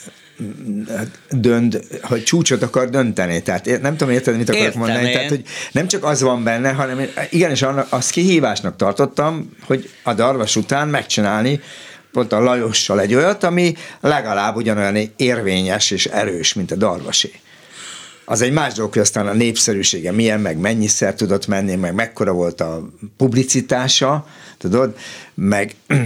hogy csúcsot akar dönteni. Tehát nem tudom, érted, mit akarok mondani. Tehát, hogy nem csak az van benne, hanem igenis azt kihívásnak tartottam, hogy a Darvas után megcsinálni pont a Lajossal egy olyat, ami legalább ugyanolyan érvényes és erős, mint a Darvasé. Az egy más dolog, hogy aztán a népszerűsége milyen, meg mennyiszer tudott menni, meg mekkora volt a publicitása, tudod, meg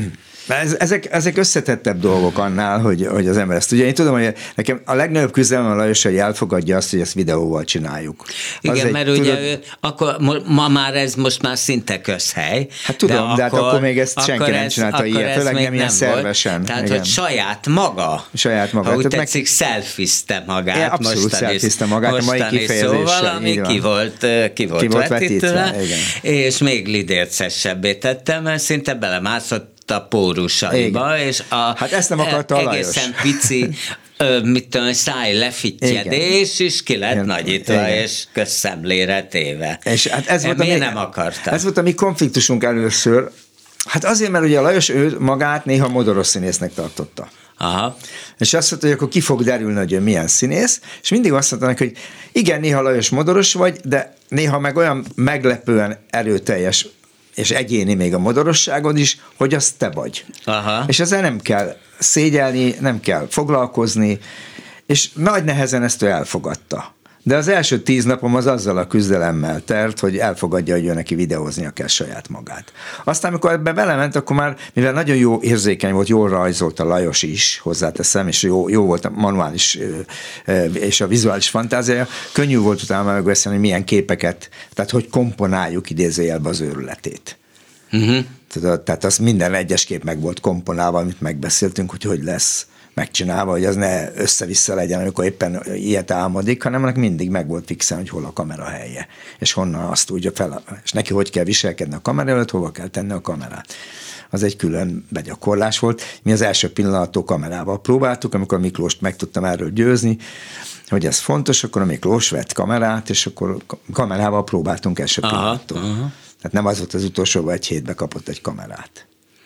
Ezek összetettebb dolgok annál, hogy az ember ezt tudja. Én tudom, hogy nekem a legnagyobb küzdelem a Lajos, hogy elfogadja azt, hogy ezt videóval csináljuk. Igen, mert ugye akkor ma már ez most már szinte közhely. Hát tudom, de akkor még ezt senki nem csinálta ilyet, főleg nem ilyen szervesen. Tehát, igen. Hogy saját maga. Ha úgy tetszik, szelfizte magát. Abszolút szelfizte magát a mai kifejezéssel. Szóval, ami ki volt vetítve, és még lidércesebbé tette, mert szinte belemászott a pórusaiba, és hát ezt nem akarta a Lajos. Egészen pici száj lefittyedés is ki lett nagyítva, és közszemlére téve. És hát ez volt, miért nem akarta? Ez volt a mi konfliktusunk először. Hát azért, mert ugye a Lajos ő magát néha modoros színésznek tartotta. Aha. És azt mondta, hogy akkor ki fog derülni, hogy ő milyen színész, és mindig azt mondta, hogy igen, néha Lajos modoros vagy, de néha meg olyan meglepően erőteljes és egyéni még a modorosságod is, hogy az te vagy. Aha. És ezzel nem kell szégyelni, nem kell foglalkozni, és nagy nehezen ezt ő elfogadta. De az első 10 napom az azzal a küzdelemmel telt, hogy elfogadja, hogy ő neki videóznia kell saját magát. Aztán, amikor ebbe belement, akkor már, mivel nagyon jó érzékeny volt, jól rajzolt a Lajos is, hozzáteszem, és jó volt a manuális és a vizuális fantáziája, könnyű volt utána megbeszélni, hogy milyen képeket, tehát hogy komponáljuk idézőjelbe az őrületét. Uh-huh. Tehát az minden egyes kép meg volt komponálva, amit megbeszéltünk, hogy lesz megcsinálva, hogy az ne össze-vissza legyen, amikor éppen ilyet álmodik, hanem ennek mindig meg volt fixen, hogy hol a kamera helye, és honnan azt tudja fel, és neki hogy kell viselkedni a kamera előtt, hova kell tenni a kamerát. Az egy külön begyakorlás volt. Mi az első pillanattól kamerával próbáltuk, amikor Miklóst meg tudtam erről győzni, hogy ez fontos, akkor a Miklós vett kamerát, és akkor kamerával próbáltunk első pillanattól. Tehát nem az volt az utolsó, egy hétbe kapott egy kamerát.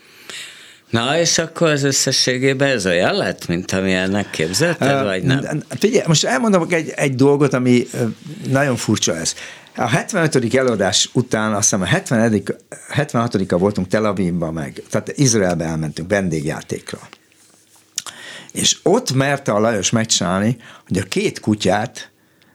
Na, és akkor az összességében ez olyan lett, mint amilyennek képzelted, vagy nem? Figyelj, most elmondom egy dolgot, ami nagyon furcsa ez. A 75. előadás után, azt hiszem a 76-a voltunk Tel Avivban meg, tehát Izraelbe elmentünk vendégjátékra. És ott merte a Lajos megcsinálni, hogy a 2 kutyát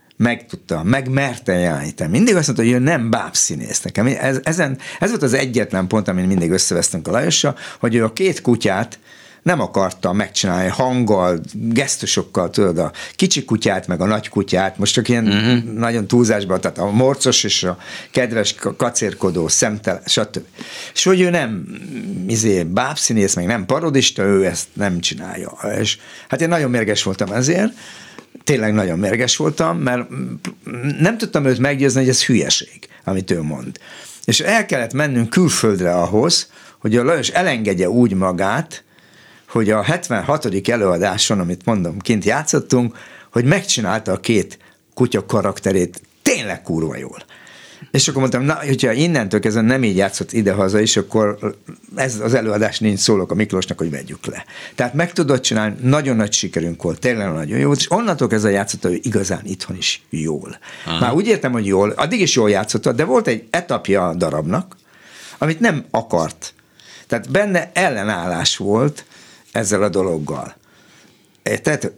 megmerte jeleníteni. Mindig azt mondta, hogy ő nem bábszínész nekem. Ez volt az egyetlen pont, amin mindig összevesztünk a Lajossal, hogy ő a 2 kutyát nem akarta megcsinálni hanggal, gesztusokkal, tudod, a kicsi kutyát, meg a nagy kutyát, most csak ilyen nagyon túlzásban, tehát a morcos és a kedves, kacérkodó, szemtelen, stb. És hogy ő nem bábszínész, meg nem parodista, ő ezt nem csinálja. És hát én nagyon mérges voltam ezért, tényleg nagyon mérges voltam, mert nem tudtam őt meggyőzni, hogy ez hülyeség, amit ő mond. És el kellett mennünk külföldre ahhoz, hogy a Lajos elengedje úgy magát, hogy a 76. előadáson, amit mondom, kint játszottunk, hogy megcsinálta a 2 kutya karakterét tényleg kurva jól. És akkor mondtam, na, hogyha innentől kezdve nem így játszott idehaza is, akkor ez az előadás nincs, szólok a Miklósnak, hogy vegyük le. Tehát meg tudod csinálni, nagyon nagy sikerünk volt, tényleg nagyon jó, és onnantól kezdve játszotta, hogy igazán itthon is jól. Aha. Már úgy értem, hogy jól, addig is jól játszotta, de volt egy etapja a darabnak, amit nem akart. Tehát benne ellenállás volt ezzel a dologgal. Tehát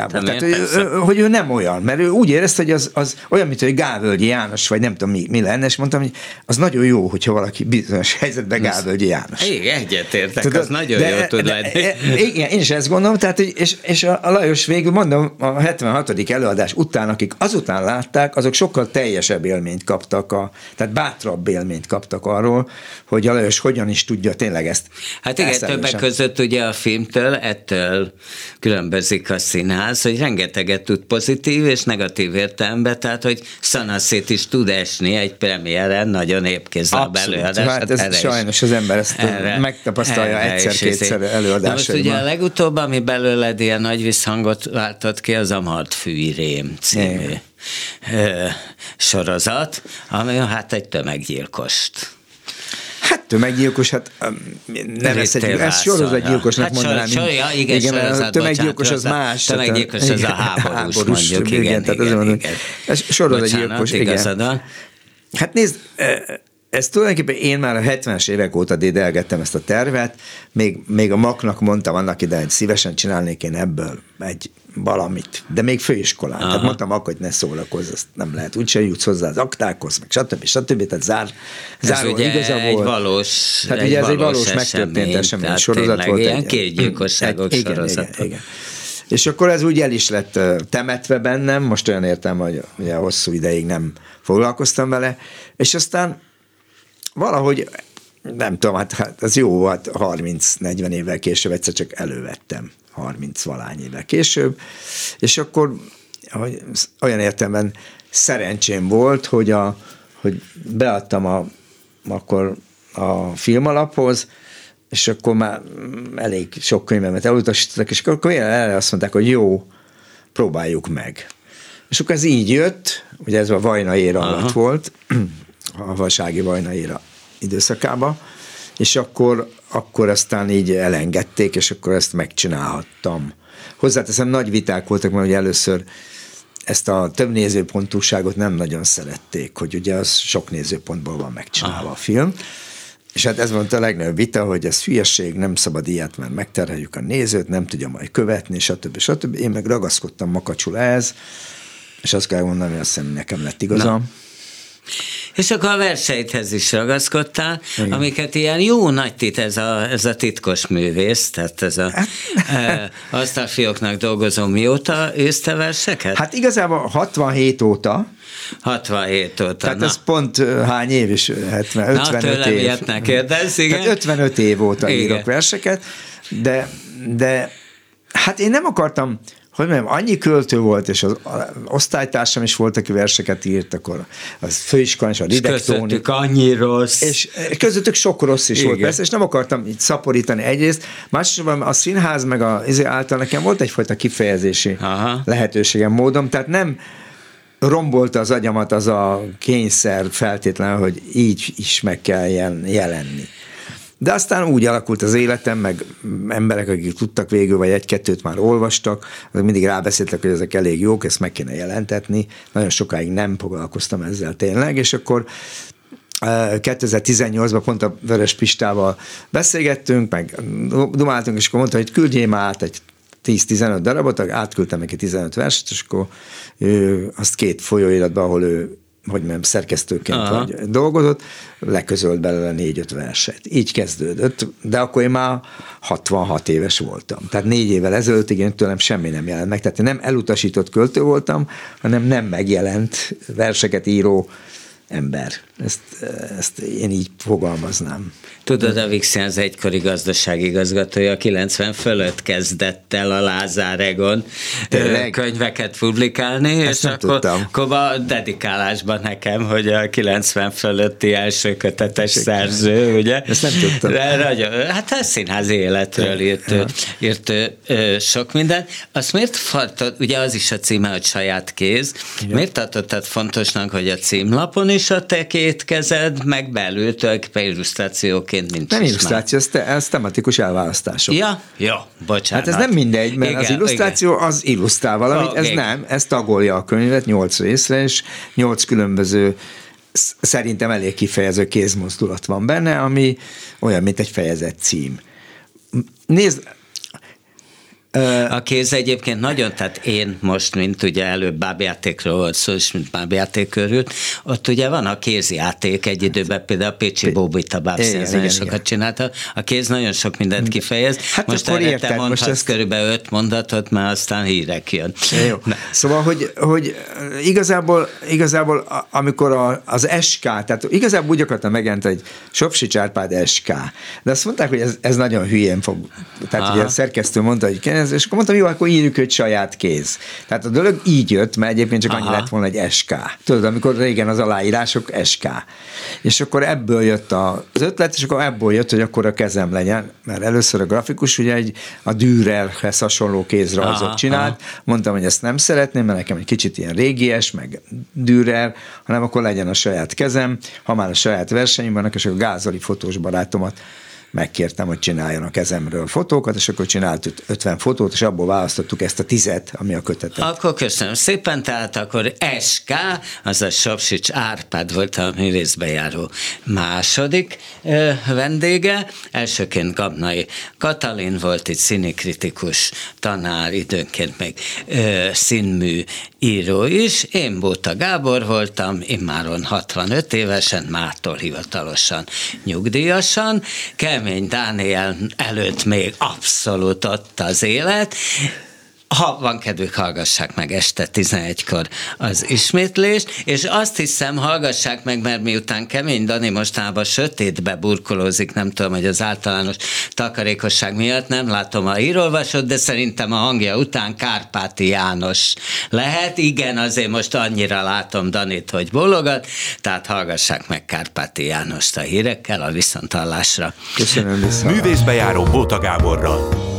hogy ő nem olyan, mert ő úgy érezte, hogy az olyan, mint hogy Gálvölgyi János, vagy nem tudom mi lenne, és mondtam, hogy az nagyon jó, hogyha valaki bizonyos helyzetben Gálvölgyi János. Igen, egyetértek, az nagyon jó tud lenni. Igen, én is ezt gondolom, tehát, és a Lajos végül, mondom, a 76. előadás után, akik azután látták, azok sokkal teljesebb élményt kaptak, tehát bátrabb élményt kaptak arról, hogy a Lajos hogyan is tudja tényleg ezt. Hát igen, többek között ugye a filmtől, ettől különbözik a színház, hogy rengeteget tud pozitív és negatív értelemben, tehát hogy szanaszét is tud esni egy premiéren, nagyon épkézzel belőadás. Hát ez sajnos az ember ezt megtapasztalja egyszer-kétszer előadásaiban. Most ugye a legutóbb, ami belőled ilyen nagy visszhangot váltott ki, az a Martfűi Rém című sorozat, ami hát egy tömeggyilkost. Hát tömeggyilkos, hát nevezhetjük, ezt sorozatgyilkosnak mondanám. Igen, a tömeggyilkos az más. Tömeggyilkos az a háborús, mondjuk. Igen. Ez sorozatgyilkos, igen. Hát nézd, ez tulajdonképpen én már a 70-es évek óta dédelgettem ezt a tervet, még a Maknak mondtam annak idején, hogy szívesen csinálnék én ebből egy valamit, de még főiskolán. Tehát mondtam akkor, hogy ne szórakozz, azt nem lehet, úgyse jutsz hozzá az aktákhoz, meg stb. Tehát záró igaza volt. Egy valós, tehát ugye ez egy valós megtörtént esemény sorozat volt. Ilyen kétgyilkosságok sorozat. Igen. És akkor ez úgy el is lett temetve bennem, most olyan értem, hogy ugye hosszú ideig nem foglalkoztam vele, és aztán valahogy, nem tudom, hát ez jó, hát 30-40 évvel később egyszer csak elővettem, 30-valány évvel később, és akkor olyan értelemben szerencsém volt, hogy beadtam akkor a filmalaphoz, és akkor már elég sok könyvemet elutasítottak, és akkor erre azt mondták, hogy jó, próbáljuk meg. És akkor ez így jött, ugye ez a Vajna éra alatt volt, a Vasági Vajna éra időszakában, és akkor aztán így elengedték, és akkor ezt megcsinálhattam. Hozzáteszem, nagy viták voltak, mert ugye először ezt a több nézőpontúságot nem nagyon szerették, hogy ugye az sok nézőpontból van megcsinálva a film, és hát ez volt a legnagyobb vita, hogy ez hülyeség, nem szabad ilyet, mert megterheljük a nézőt, nem tudja majd követni, stb. Én meg ragaszkodtam makacsul ehhez, és azt kell mondani, hogy azt hiszem, nekem lett igazam. És akkor a verseidhez is ragaszkodtál, igen. Amiket ilyen jó nagy ez a titkos művész, tehát ez a asztalfióknak dolgozom, mióta űzsz te verseket? Hát igazából 67 óta. 67 óta. Tehát ez pont hány év is? 55 év. Ilyet ne kérdezz, igen. Tehát 55 év óta írok verseket, de hát én nem akartam, hogy mondjam, annyi költő volt, és az osztálytársam is volt, aki verseket írt, akkor az főiskolán, és a Ridegtóni. Közöttük annyi rossz. És közöttük sok rossz is volt, persze, és nem akartam így szaporítani egyrészt. Másodszorban a színház meg által nekem volt egyfajta kifejezési lehetőségem, módom, tehát nem rombolta az agyamat az a kényszer feltétlenül, hogy így is meg kell jelenni. De aztán úgy alakult az életem, meg emberek, akik tudtak végül, vagy egy-kettőt már olvastak, azok mindig rábeszéltek, hogy ezek elég jók, ezt meg kéne jelentetni. Nagyon sokáig nem foglalkoztam ezzel tényleg, és akkor 2018-ban pont a Vörös Pistával beszélgettünk, meg dumáltunk, és akkor mondta, hogy küldjél már át egy 10-15 darabot, átküldtem neki 15 verset, és akkor azt 2 folyóiratban, ahol ő hogy mondjam, szerkesztőként vagy dolgozott, leközölt belőle 4-5 verset. Így kezdődött, de akkor én már 66 éves voltam. Tehát 4 évvel ezelőtt igen, tőlem semmi nem jelent meg. Tehát én nem elutasított költő voltam, hanem nem megjelent verseket író ember. Ezt én így fogalmaznám. Tudod, a Vixen az egykori gazdaságigazgatója 90 fölött kezdett el a Lázár Egon könyveket publikálni, ezt és akkor a dedikálásban nekem, hogy a 90 fölötti első kötetes szerző, ugye? Ezt nem tudtam. Hát a színházi életről írt sok minden. Azt miért ugye az is a címe, hogy saját kéz. Igen. Miért tartottad fontosnak, hogy a címlapon is a te 2 kezed, meg belül tulajdonképpen illusztrációként nincs. Nem illusztráció, ez tematikus elválasztások. Ja, bocsánat. Hát ez nem mindegy, mert igen, az illusztráció az illusztrál valamit, ez nem, ez tagolja a könyvet 8 részre, és 8 különböző szerintem elég kifejező kézmozdulat van benne, ami olyan, mint egy fejezet cím. Nézd, a kéz egyébként nagyon, tehát én most, mint ugye előbb bábjátékról volt szó, és mint bábjáték körül, ott ugye van a kézjáték egy időben, például a Pécsi Bóbit a bábszerz nagyon sokat csinálta. A kéz nagyon sok mindent kifejez. Hát most erre te mondhatsz körülbelül 5 mondatot, már aztán hírek jön. Jó. Szóval, hogy igazából amikor az SK, tehát igazából úgy akartam megjelent, hogy Sopsics Árpád SK, de azt mondták, hogy ez nagyon hülyén fog. Tehát ugye a szerkesztő mondta, hogy és akkor mondtam, jó, akkor írjuk, hogy saját kéz. Tehát a dolog így jött, mert egyébként csak annyi lett volna, egy SK. Tudod, amikor régen az aláírások SK. És akkor ebből jött az ötlet, és akkor ebből jött, hogy akkor a kezem legyen, mert először a grafikus ugye a Dürerhez hasonló kézrajzot csinált. Mondtam, hogy ezt nem szeretném, mert nekem egy kicsit ilyen régies, meg Dürer, hanem akkor legyen a saját kezem. Ha már a saját versenyim vannak, és a Gázoli fotós barátomat megkértem, hogy csináljon a kezemről fotókat, és akkor csinált 50 fotót, és abból választottuk ezt a 10, ami a kötetet. Akkor köszönöm szépen, tehát akkor SK, azaz Sapsics Árpád volt a művészbejáró második vendége. Elsőként Gabnai Katalin volt itt színikritikus, tanár, időnként még színmű író is. Én Bóta Gábor voltam, immáron 65 évesen, mától hivatalosan nyugdíjasan. Kemény Dániel előtt még abszolút ott az élet. Ha van kedvük, hallgassák meg este 11-kor az ismétlést, és azt hiszem, hallgassák meg, mert miután Kemény Dani mostában sötétbe burkolózik, nem tudom, hogy az általános takarékosság miatt nem látom a hírolvasót, de szerintem a hangja után Kárpáti János lehet. Igen, azért most annyira látom Danit, hogy bólogat, tehát hallgassák meg Kárpáti Jánost a hírekkel, a viszonthallásra. Köszönöm, viszont. Művészbejáró Bóta Gáborral.